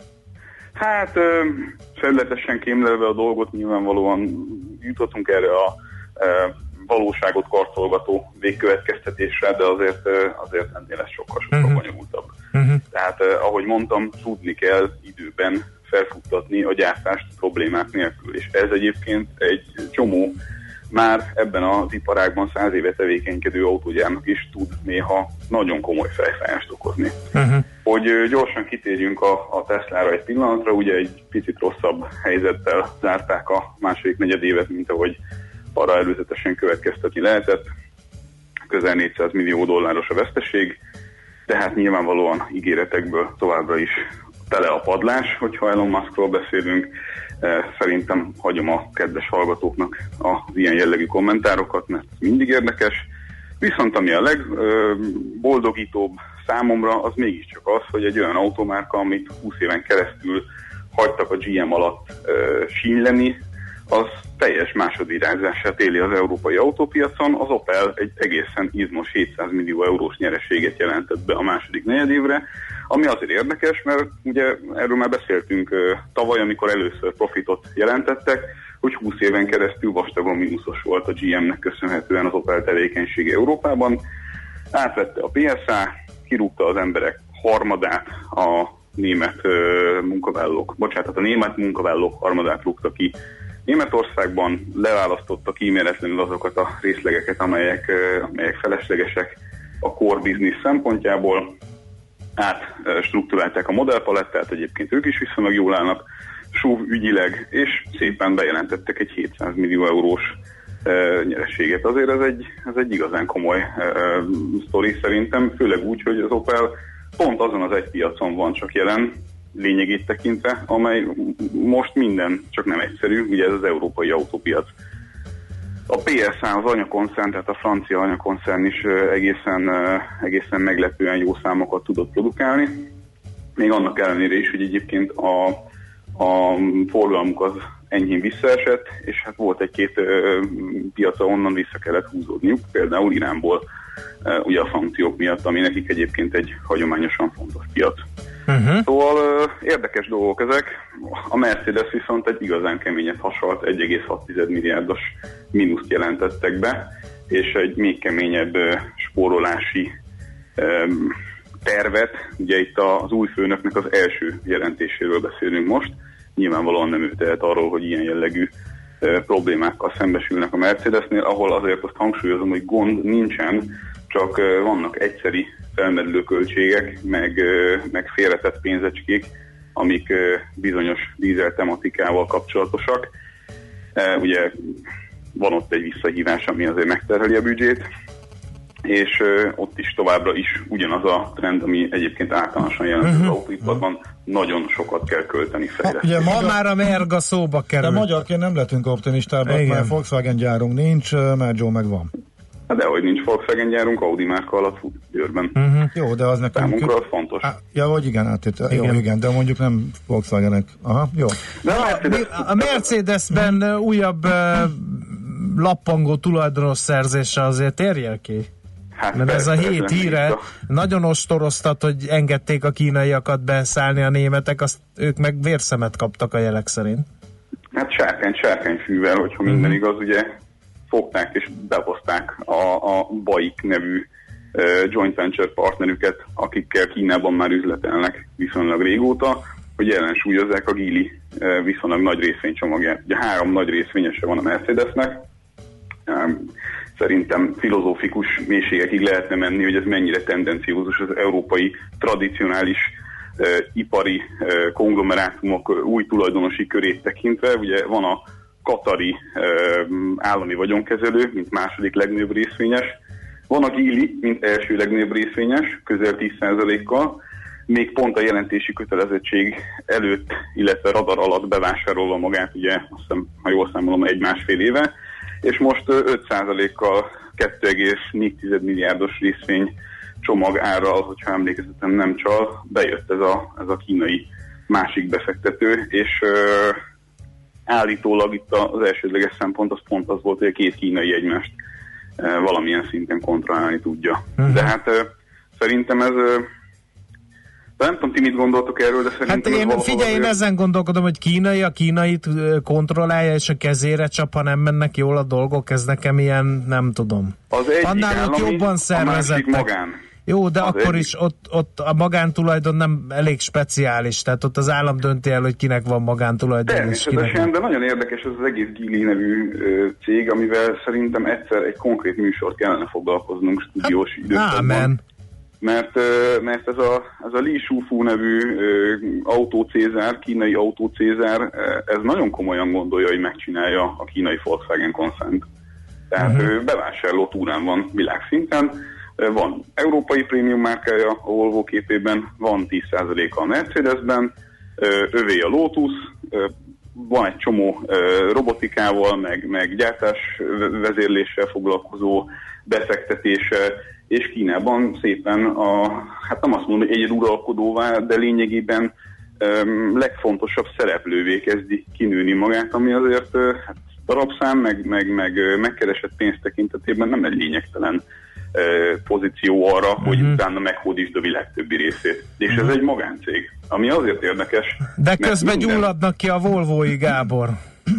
Hát uh, felületesen kémlelve a dolgot nyilvánvalóan jutottunk erre a uh, valóságot karcolgató végkövetkeztetésre, de azért, azért ennél ez sokkal sokkal uh-huh. bonyolultabb. Uh-huh. Tehát ahogy mondtam, tudni kell időben felfuttatni a gyártást problémák nélkül, és ez egyébként egy csomó már ebben az iparágban száz éve tevékenykedő autógyárnak is tud néha nagyon komoly fejfájást okozni. Uh-huh. Hogy gyorsan kitérjünk a, a Teslára egy pillanatra, ugye egy picit rosszabb helyzettel zárták a második negyedévet, mint ahogy arra előzetesen következtetni lehetett. Közel négyszáz millió dolláros a veszteség, tehát nyilvánvalóan ígéretekből továbbra is tele a padlás, hogyha Elon Muskról beszélünk. Szerintem hagyom a kedves hallgatóknak az ilyen jellegű kommentárokat, mert ez mindig érdekes. Viszont ami a legboldogítóbb számomra, az mégiscsak az, hogy egy olyan automárka, amit húsz éven keresztül hagytak a gé em alatt sínyleni, az teljes másodírázását éli az európai autópiacon. Az Opel egy egészen izmos hétszáz millió eurós nyereséget jelentett be a második negyedévre, ami azért érdekes, mert ugye erről már beszéltünk uh, tavaly, amikor először profitot jelentettek, hogy húsz éven keresztül vastagon mínuszos volt a gé em-nek köszönhetően az Opel tevékenysége Európában. Átvette a pé es á, kirúgta az emberek harmadát, a német uh, munkavállalók, bocsánat, a német munkavállalók harmadát rúgta ki Németországban, leválasztotta kíméletlenül azokat a részlegeket, amelyek, amelyek feleslegesek a core business szempontjából, átstruktúrálták a modellpalettát, egyébként ők is viszonylag jól állnak, es u vé ügyileg, és szépen bejelentettek egy hétszáz millió eurós e, nyereséget. Azért ez egy, ez egy igazán komoly e, e, sztori szerintem, főleg úgy, hogy az Opel pont azon az egy piacon van csak jelen, lényegét tekintve, amely most minden, csak nem egyszerű, ugye ez az európai autópiac. A pé es á, az anyakoncern, tehát a francia anyakoncern is egészen, egészen meglepően jó számokat tudott produkálni. Még annak ellenére is, hogy egyébként a, a forgalmuk az enyhén visszaesett, és hát volt egy-két piaca, onnan vissza kellett húzódniuk, például Iránból, ugye a szankciók miatt, ami nekik egyébként egy hagyományosan fontos piac. Uh-huh. Szóval uh, érdekes dolgok ezek. A Mercedes viszont egy igazán keményet hasalt, egy egész hat milliárdos mínuszt jelentettek be, és egy még keményebb uh, spórolási um, tervet, ugye itt az új főnöknek az első jelentéséről beszélünk most, nyilvánvalóan nem ő tehet arról, hogy ilyen jellegű uh, problémákkal szembesülnek a Mercedesnél, ahol azért azt hangsúlyozom, hogy gond nincsen, csak uh, vannak egyszeri felmerülő költségek, meg, meg félretett pénzecskék, amik bizonyos dízel tematikával kapcsolatosak. Ugye van ott egy visszahívás, ami azért megterheli a büdzsét, és ott is továbbra is ugyanaz a trend, ami egyébként általánosan jelent uh-huh. az autóiparban, nagyon sokat kell költeni fejleszteni. Ma már a Merga szóba kerül. De magyarként nem lehetünk optimistábbak, mert Volkswagen gyárunk nincs, mert Joe meg van. Hát dehogy nincs Volkswagen gyárunk, Audi márka alatt fut Győrben. Uh-huh. Jó, de az nekünk... Számunkra az fontos. Á, ja, hogy igen, átért. Igen. Jó, igen, de mondjuk nem Volkswagenek. Aha, jó. De a, Mercedes... a Mercedesben uh-huh. újabb uh, lappangó tulajdonos szerzése azért érjel ki? Hát mert persze, ez a hét híre nagyon ostoroztat, hogy engedték a kínaiakat beszállni a németek, azt ők meg vérszemet kaptak a jelek szerint. Hát sárkány, sárkányfűvel, hogyha minden uh-huh. igaz, ugye fogták és behozták a, a BAIC nevű uh, joint venture partnerüket, akikkel Kínában már üzletelnek viszonylag régóta, hogy ellensúlyozzák a Geely uh, viszonylag nagy részvénycsomagját. Ugye három nagy részvényese van a Mercedesnek, um, szerintem filozófikus mélységekig lehetne menni, hogy ez mennyire tendenciózus az európai tradicionális uh, ipari uh, konglomerátumok uh, új tulajdonosi körét tekintve. Ugye van a katari uh, állami vagyonkezelő, mint második legnagyobb részvényes. Van a Geely, mint első legnagyobb részvényes, közel tíz százalékkal, még pont a jelentési kötelezettség előtt, illetve radar alatt bevásárolva magát, ugye azt hiszem, ha jól számolom, egy-másfél éve, és most öt százalékkal két egész négy milliárdos részvény csomag árral, hogyha emlékezetem nem csal, bejött ez a, ez a kínai másik befektető, és uh, állítólag itt az elsődleges szempont az pont az volt, hogy a két kínai egymást uh, valamilyen szinten kontrollálni tudja. Uh-huh. De hát uh, szerintem ez uh, de nem tudom, ti mit gondoltok erről, de szerintem... Hát én, figyelj, én ezen gondolkodom, hogy kínai a kínait kontrollálja, és a kezére csap, ha nem mennek jól a dolgok, ez nekem ilyen, nem tudom. Az egyik annál állami, jobban szervezettek. A magán. Jó, de az akkor egyik. is ott, ott a magántulajdon nem elég speciális, tehát ott az állam dönti el, hogy kinek van magántulajdon. Természetesen, de nagyon érdekes ez az egész Geely nevű ö, cég, amivel szerintem egyszer egy konkrét műsort kellene foglalkoznunk stúdiós hát, időszakban. Ámen. Mert, mert ez a, ez a Li Shufu nevű autócézár, kínai autócézár, ez nagyon komolyan gondolja, hogy megcsinálja a kínai Volkswagen koncernt. Tehát uh-huh. ő bevásárló túrán van világszinten, van európai prémium márkája a Volvo képében, van tíz százaléka a Mercedesben, övé a Lotus, van egy csomó robotikával, meg, meg gyártás vezérléssel foglalkozó befektetése, és Kínában szépen a, hát nem azt mondom, hogy egyeduralkodóvá, de lényegében um, legfontosabb szereplővé kezdi kinőni magát, ami azért uh, hát darabszám, meg, meg, meg megkeresett pénz tekintetében nem egy lényegtelen uh, pozíció arra, uh-huh. hogy utána meghódítsd a világ többi részét. És uh-huh. ez egy magáncég, ami azért érdekes. De közben minden... gyulladnak ki a Volvói, Gábor.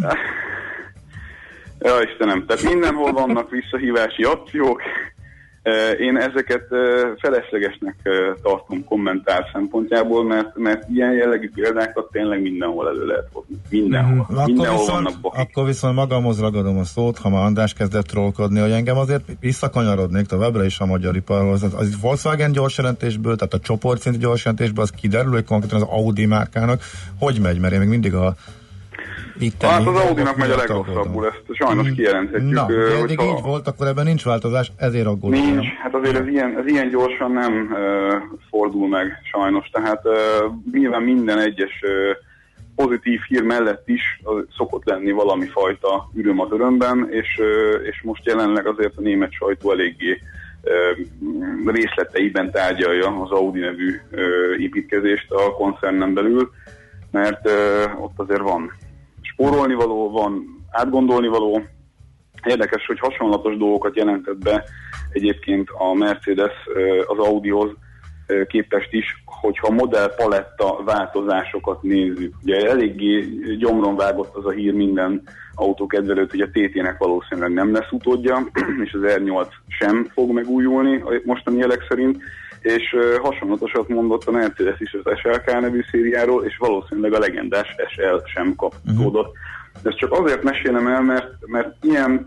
Ja, Istenem, tehát mindenhol vannak visszahívási akciók. Én ezeket feleslegesnek tartom kommentár szempontjából, mert, mert ilyen jellegű példákat tényleg mindenhol elő lehet hozni. Mindenhol. Mm, mindenhol akkor, viszont, akkor viszont magamhoz ragadom a szót, ha már András kezdett trollkodni, hogy engem azért visszakanyarodnék továbbra is a magyar iparhoz. Az, az Volkswagen gyorsjelentésből, tehát a csoportszintű gyorsjelentésből az kiderül, hogy konkrétan az Audi márkának hogy megy, mert én még mindig a Itteni, hát az Audinak megy a legrosszabbul, ezt sajnos kijelenthetjük. Na, de eddig így volt, akkor ebben nincs változás, ezért aggódom. Nincs, hát azért ez ilyen, ez ilyen gyorsan nem uh, fordul meg sajnos, tehát uh, nyilván minden egyes uh, pozitív hír mellett is uh, szokott lenni valami fajta üröm az örömben, és, uh, és most jelenleg azért a német sajtó eléggé uh, részleteiben tárgyalja az Audi nevű uh, építkezést a koncernen belül, mert uh, ott azért van spórolni való, van átgondolni való. Érdekes, hogy hasonlatos dolgokat jelentett be egyébként a Mercedes az Audihoz képest is, hogyha modellpaletta változásokat nézzük. Ugye eléggé gyomron vágott az a hír minden autókedvelőt, hogy a té té-nek valószínűleg nem lesz utódja, és az er nyolc sem fog megújulni a mostani jelek szerint, és hasonlatosat mondott a Mercedes is az es el ká nevű szériáról, és valószínűleg a legendás es el sem kapcsolódott. Uh-huh. Ezt csak azért mesélem el, mert, mert ilyen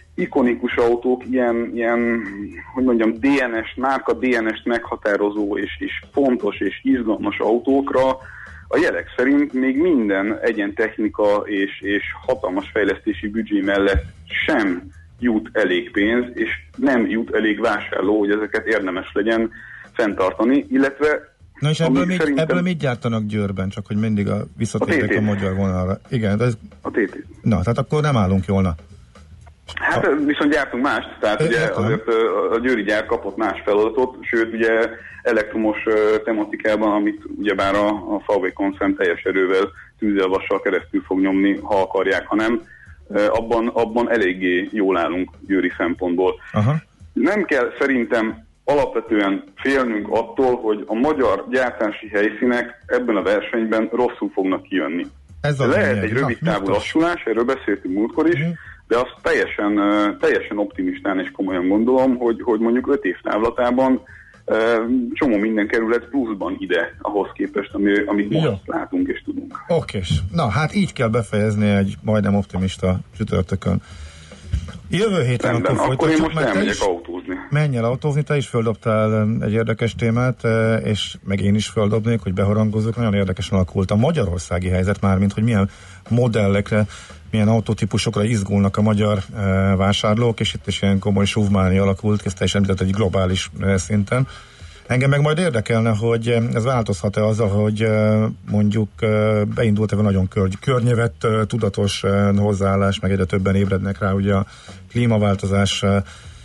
ikonikus autók, ilyen, ilyen hogy mondjam, dé en es, márka dé en es-t meghatározó és, és fontos és izgalmas autókra a jelek szerint még minden egyen technika és, és hatalmas fejlesztési büdzsé mellett sem jut elég pénz, és nem jut elég vásárló, hogy ezeket érdemes legyen fenntartani, illetve na és ebből mit, szerintem... ebből mit gyártanak Győrben, csak hogy mindig a visszatérek a, a magyar vonalra. Igen, de ez... A té té. Na, tehát akkor nem állunk jól, na. Hát a... viszont gyártunk mást, tehát é, ugye értem. Azért a győri gyár kapott más feladatot, sőt ugye elektromos tematikában, amit ugyebár a, a vé vé koncern teljes erővel tűzelvassal keresztül fog nyomni, ha akarják, ha nem, abban, abban eléggé jól állunk győri szempontból. Aha. Nem kell szerintem alapvetően félnünk attól, hogy a magyar gyártási helyszínek ebben a versenyben rosszul fognak kijönni. Ez lehet egy rövid távú lassulás, erről beszéltünk múltkor is, uh-huh. de azt teljesen, teljesen optimistán és komolyan gondolom, hogy, hogy mondjuk öt év távlatában csomó minden kerület pluszban ide, ahhoz képest, ami, amit most Jó. látunk és tudunk. Okés. Na, hát így kell befejezni egy majdnem optimista csütörtökön. Jövő héten Rendben, akkor, akkor én most elmegyek autózni. Menj el autózni, te is földobtál egy érdekes témát, és meg én is földobnék, hogy beharangozzuk. Nagyon érdekesen alakult a magyarországi helyzet már, mint hogy milyen modellekre, milyen autótípusokra izgulnak a magyar e, vásárlók, és itt is ilyen komoly suvmáni alakult, ezt teljesen említett egy globális e, szinten. Engem meg majd érdekelne, hogy ez változhat-e azzal, hogy e, mondjuk e, beindult-e nagyon kör, környevett, e, tudatos e, hozzáállás, meg egyre többen ébrednek rá ugye a klímaváltozás e,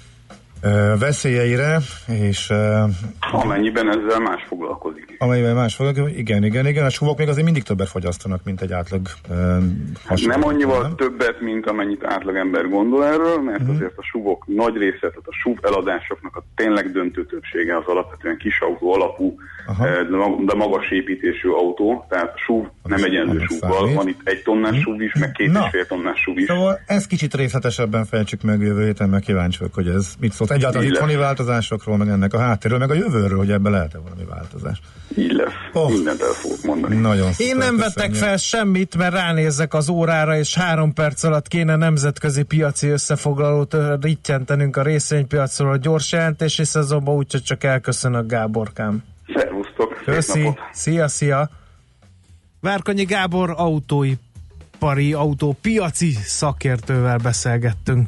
veszélyeire, és... Amennyiben ezzel más foglalkozik. Amennyiben más foglalkozik, igen, igen, igen. A suvok még azért mindig többet fogyasztanak, mint egy átlag hasonló. Nem annyival nem? többet, mint amennyit átlagember gondol erről, mert uh-huh. azért a suvok nagy része, tehát a suv eladásoknak a tényleg döntő többsége az alapvetően kisautó alapú, uh-huh. de magas építésű autó, tehát a suv nem egyenlő suvval. Van itt egy tonnás uh-huh. suv is, meg két Na. és fél tonnás suv is. Szóval ezt kicsit részletesebben fejtsük meg jövő héten, meg kíváncsiak, hogy ez mit szólt. Egyáltalán az itthoni változásokról, meg ennek a háttérről, meg a jövőről, hogy ebben lehet-e valami változás. Így lesz. Oh. Mindent el fogok mondani. Nagyon Én nem vettek fel semmit, mert ránézek az órára, és három perc alatt kéne nemzetközi piaci összefoglalót rittyentenünk a részvénypiacról a gyors jelentési szezonban, úgyhogy csak elköszönök, Gáborkám. Szervusztok. Köszi. Szia, szia. Várkonyi Gábor autóipari, autópiaci szakértővel beszélgettünk.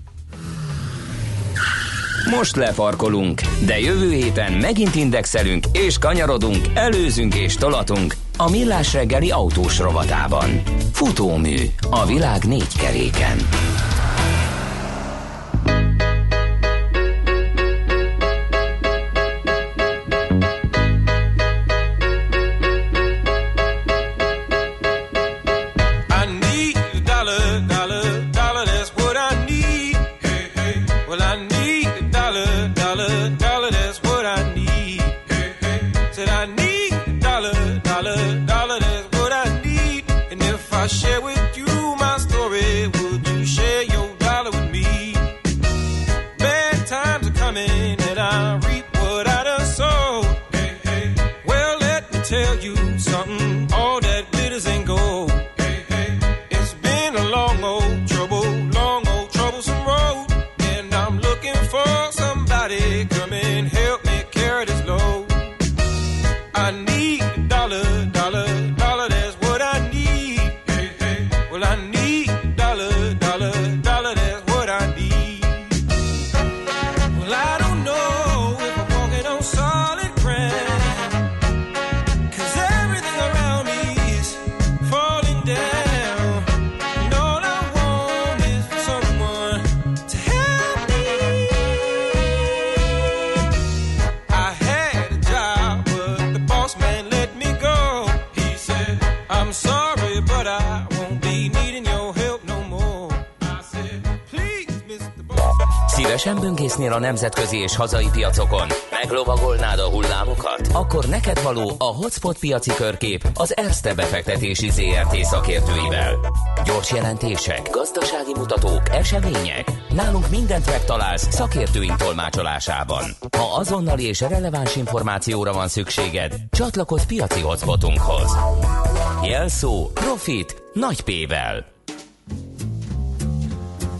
Most lefarkolunk, de jövő héten megint indexelünk és kanyarodunk, előzünk és tolatunk a Millás reggeli autós rovatában. Futómű a világ négy keréken. Share with you my story. Would you share your dollar with me? Bad times are coming and I reap what I done sow. Hey, hey. Well, let me tell you something. All that glitters ain't gold. Hey, hey. It's been a long old trouble, long old troublesome road, and I'm looking for somebody come and help me carry this load. I need a dollar, dollar, dollar. That's what I need. Well, I need dollar, dollar, dollar, that's what I need. Well, I don't know if I'm walking on solid ground, 'cause everything around me is falling down. And all I want is for someone to help me. I had a job, but the boss man let me go. He said, I'm sorry, but I Szívesen böngésznél a nemzetközi és hazai piacokon? Meglovagolnád a hullámokat? Akkor neked való a Hotspot piaci körkép az Erste befektetési zé er té szakértőivel. Gyors jelentések, gazdasági mutatók, események. Nálunk mindent megtalálsz szakértőink tolmácsolásában. Ha azonnali és releváns információra van szükséged, csatlakozz piaci hotspotunkhoz. Jelszó Profit nagy P-vel.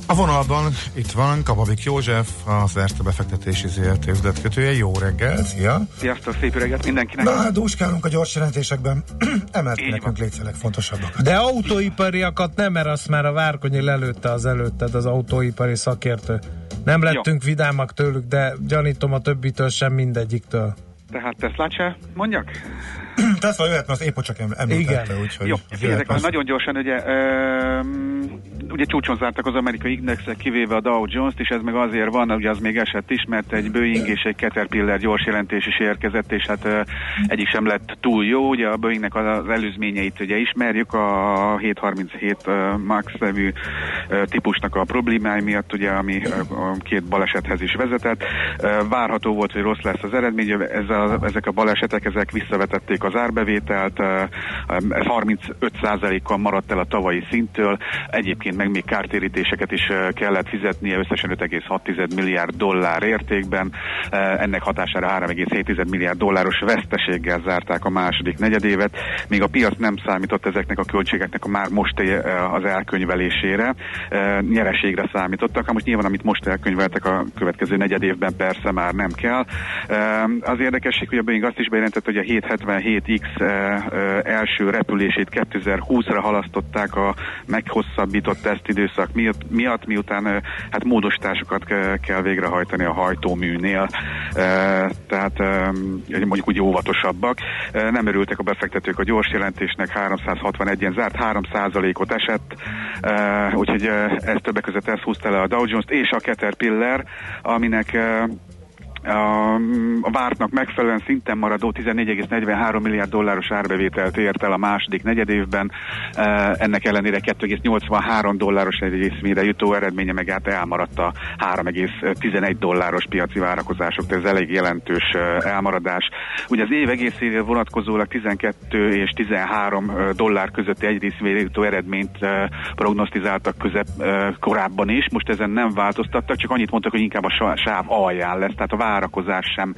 A vonalban itt van Kababik József, az Erste Befektetési zé er té üzletkötője. Jó reggel, szia! Sziasztok, szép reggelt mindenkinek! Na hát dúskálunk a gyors jelentésekben. Emelt ki nekünk légy legfontosabbakat. De autóipariakat nem, mert azt már a Várkonyi lelőtte az előtted, az autóipari szakértő. Nem lettünk Jó. vidámak tőlük, de gyanítom a többitől sem, mindegyiktől. Tehát Teslát se mondjak? Tesla jöhet, mert az épp csak említette, úgyhogy... Jó, figyeljetek, nagyon gyorsan, ugye, ö, ugye csúcson zártak az amerikai indexek, kivéve a Dow Jones-t, és ez meg azért van, ugye az még esett is, mert egy Boeing és egy Caterpillar gyors jelentés is érkezett, és hát ö, egyik sem lett túl jó, ugye a Boeingnek az előzményeit ugye ismerjük, a hétszázharminchét Max nevű típusnak a problémái miatt, ugye, ami a két balesethez is vezetett. Várható volt, hogy rossz lesz az eredmény, ez a, ezek a balesetek, ezek visszavetették az árbevételt, ez harmincöt százalékkal maradt el a tavalyi szinttől, egyébként meg még kártérítéseket is kellett fizetnie, összesen öt egész hat milliárd dollár értékben, ennek hatására három egész hét milliárd dolláros veszteséggel zárták a második negyedévet, még a piac nem számított ezeknek a költségeknek a már most az elkönyvelésére, nyereségre számítottak, most nyilván amit most elkönyveltek a következő negyedévben persze már nem kell. Az érdekesség, hogy a Boeing azt is bejelentett, hogy a hétszázhetvenhét X első repülését kétezer-húszra halasztották a meghosszabbított tesztidőszak miatt, miután hát módosításokat kell végrehajtani a hajtóműnél, tehát mondjuk úgy óvatosabbak. Nem örültek a befektetők a gyors jelentésnek, háromszázhatvanegyen zárt, három százalékot esett, úgyhogy ez többek között ezt húzta le a Dow Jones-t és a Caterpillar, aminek A, a vártnak megfelelően szinten maradó tizennégy egész negyvenhárom milliárd dolláros árbevételt ért el a második negyedévben, ennek ellenére kettő egész nyolcvanhárom dolláros részvényre jutó eredménye meg át elmaradt a három egész tizenegy dolláros piaci várakozások, tehát ez elég jelentős elmaradás. Ugye az év egészére vonatkozólag tizenkettő és tizenhárom dollár közötti egy részvényre jutó eredményt prognosztizáltak közep korábban is, most ezen nem változtattak, csak annyit mondtak, hogy inkább a sáv alján lesz, tehát a várakozás sem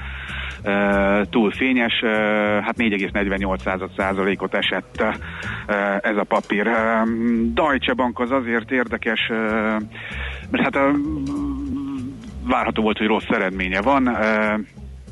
uh, túl fényes, uh, hát négy egész negyvennyolc százalékot esett uh, ez a papír. Uh, Deutsche Bank az azért érdekes, uh, mert hát uh, várható volt, hogy rossz eredménye van. Uh,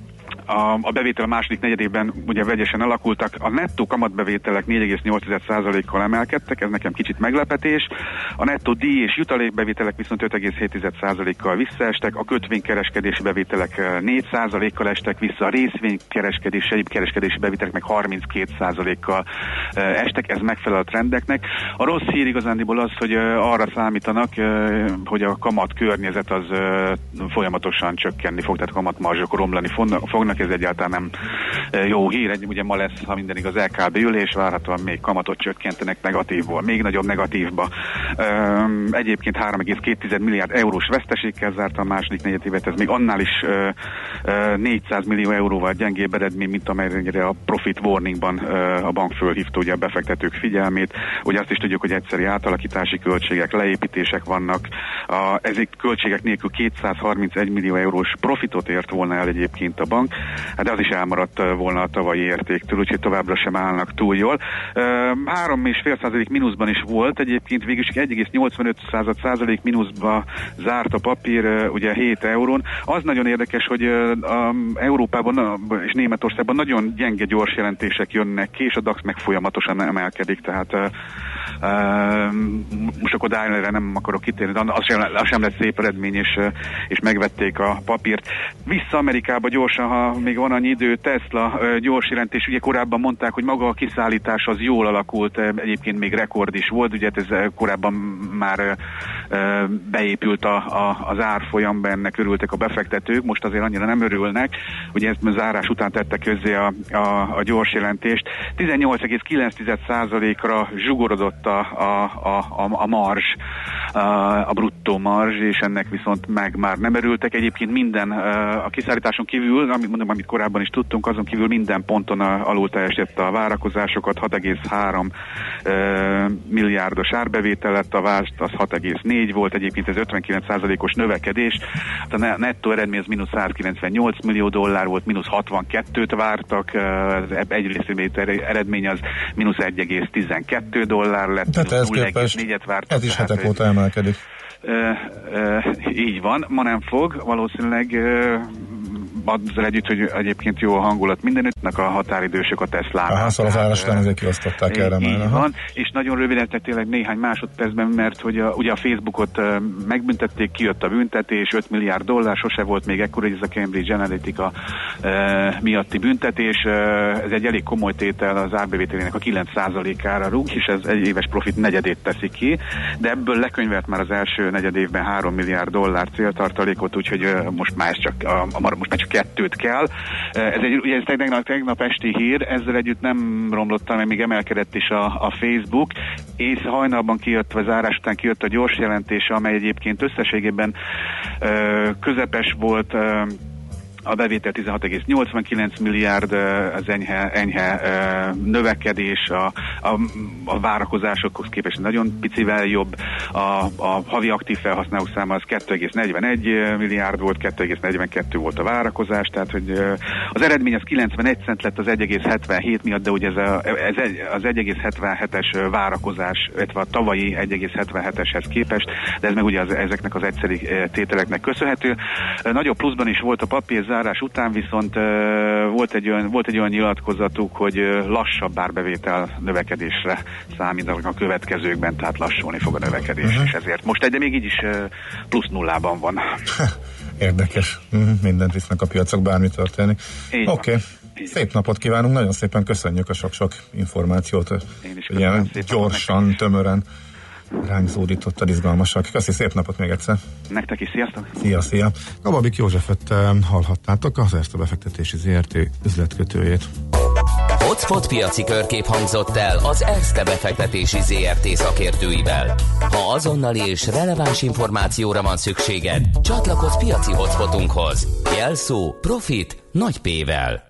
A, a bevétel a második negyedében ugye vegyesen alakultak, a nettó kamatbevételek négy egész nyolc százalékkal emelkedtek, ez nekem kicsit meglepetés, a nettó díj és jutalékbevételek viszont öt egész hét százalékkal visszaestek, a kötvénykereskedési bevételek négy százalékkal estek vissza, a részvénykereskedés, egyéb kereskedési bevételek meg harminckét százalékkal estek, ez megfelel a trendeknek. A rossz hír igazándiból az, hogy arra számítanak, hogy a kamat környezet az folyamatosan csökkenni fog, tehát kamatmarzsok romlani fognak, ez egyáltalán nem jó hír. Egy, ugye ma lesz, ha minden igaz, el ká bé ülés, várhatóan még kamatot csökkentenek negatívból, még nagyobb negatívba. Egyébként három egész két milliárd eurós veszteségkel zárt a második negyedévet, ez még annál is négyszáz millió euróval gyengébb eredmény, mint amelyre a profit warningban a bank fölhívta ugye a befektetők figyelmét. Ugye azt is tudjuk, hogy egyszeri átalakítási költségek, leépítések vannak. A, ezek költségek nélkül kétszázharmincegy millió eurós profitot ért volna el egyébként a bank, de az is elmaradt volna a tavalyi értéktől, úgyhogy továbbra sem állnak túl jól. három egész öt százalék mínuszban is volt, egyébként végül is egy egész nyolcvanöt százalék mínuszba zárt a papír, ugye hét eurón. Az nagyon érdekes, hogy a Európában és Németországban nagyon gyenge gyors jelentések jönnek ki, és a DAX meg folyamatosan emelkedik, tehát Uh, most akkor Daimlerre nem akarok kitérni, de az sem, az sem lett szép eredmény, és, és megvették a papírt. Vissza Amerikába gyorsan, ha még van annyi idő, Tesla uh, gyors jelentés, ugye korábban mondták, hogy maga a kiszállítás az jól alakult, egyébként még rekord is volt, ugye ez korábban már uh, beépült a, a, az árfolyamba, ennek örültek a befektetők, most azért annyira nem örülnek, ugye ezt zárás után tette közzé a, a, a gyors jelentést. tizennyolc egész kilenc százalékra zsugorodott a, a, a, a marzs, a, a bruttó marzs, és ennek viszont meg már nem örültek. Egyébként minden a kiszállításon kívül, amit mondom, amit korábban is tudtunk, azon kívül minden ponton alul teljesítette a várakozásokat, hat egész három milliárdos árbevétel lett, a vást az hat egész négy volt, egyébként ez ötvenkilenc százalékos növekedés. A nettó eredmény az mínusz százkilencvennyolc millió dollár volt, mínusz hatvankettőt vártak, egy részvétel eredmény az mínusz egy egész tizenkettő dollár lett, tehát ez képest, ez is hetek óta emelkedik. Ö, ö, így van, ma nem fog, valószínűleg ö, azzal együtt, hogy egyébként jó a hangulat mindenüttnek, a határidősök a Teslánál. Aha, szóval az áras azért kiosztották é, erre már. Így van, és nagyon röviden, tehát tényleg néhány másodpercben, mert hogy a, ugye a Facebookot uh, megbüntették, kijött a büntetés, öt milliárd dollár, sose volt még ekkor, hogy ez a Cambridge Analytica uh, miatti büntetés. Uh, ez egy elég komoly tétel, az árbevételének a kilenc százalékára rúg, és ez egy éves profit negyedét teszi ki, de ebből lekönyvelt már az első negyed évben három milliárd dollár céltartalékot, úgyhogy uh, most már ez csak, a, a, most már csak kettőt kell. Ez egy, ugye ez tegnap, tegnap esti hír, ezzel együtt nem romlottam, mert még emelkedett is a, a Facebook, és hajnalban kijött, vagy zárás után kijött a gyors jelentése, amely egyébként összességében ö, közepes volt, ö, a bevétel tizenhat egész nyolcvankilenc milliárd, az enyhe, enyhe növekedés, a, a, a várakozásokhoz képest nagyon picivel jobb, a, a havi aktív felhasználók száma az kettő egész negyvenegy milliárd volt, kettő egész negyvenkettő volt a várakozás, tehát hogy az eredmény az kilencvenegy cent lett az egy egész hetvenhét miatt, de ugye ez, a, ez egy, az egy egész hetvenhetes várakozás, illetve a tavalyi egy egész hetvenheteshez képest, de ez meg ugye az, ezeknek az egyszeri tételeknek köszönhető. Nagyobb pluszban is volt a papír zárás után, viszont uh, volt, egy olyan, volt egy olyan nyilatkozatuk, hogy uh, lassabb árbevétel növekedésre számítanak a következőkben, tehát lassulni fog a növekedés, uh-huh. és ezért most egy, de még így is uh, plusz nullában van. Érdekes. Mindent visznek a piacok, bármi történik. Oké. Okay. Szép napot kívánunk, nagyon szépen köszönjük a sok-sok információt. Én is ilyen gyorsan, nektek. Tömören ránk zúdítottad, izgalmasak. Köszi, szép napot még egyszer. Nektek is, sziasztok! Szia, szia! Gababik Józsefet hallhattátok, az Erste Befektetési zé er té üzletkötőjét. Hotspot piaci körkép hangzott el az Erste Befektetési zé er té szakértőivel. Ha azonnali és releváns információra van szükséged, csatlakozz piaci hotspotunkhoz. Jelszó Profit nagy P-vel.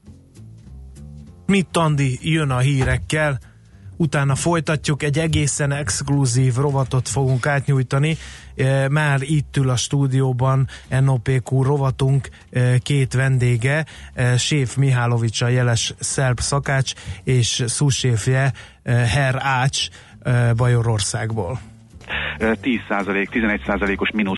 Mit Andi jön a hírekkel, utána folytatjuk, egy egészen exkluzív rovatot fogunk átnyújtani. Már itt ül a stúdióban en o pé kú rovatunk két vendége, Séf Mihálovics, a jeles szerb szakács, és szúséfje Herr Ács Bajorországból. tíz százalék, tizenegy százalékos mínusz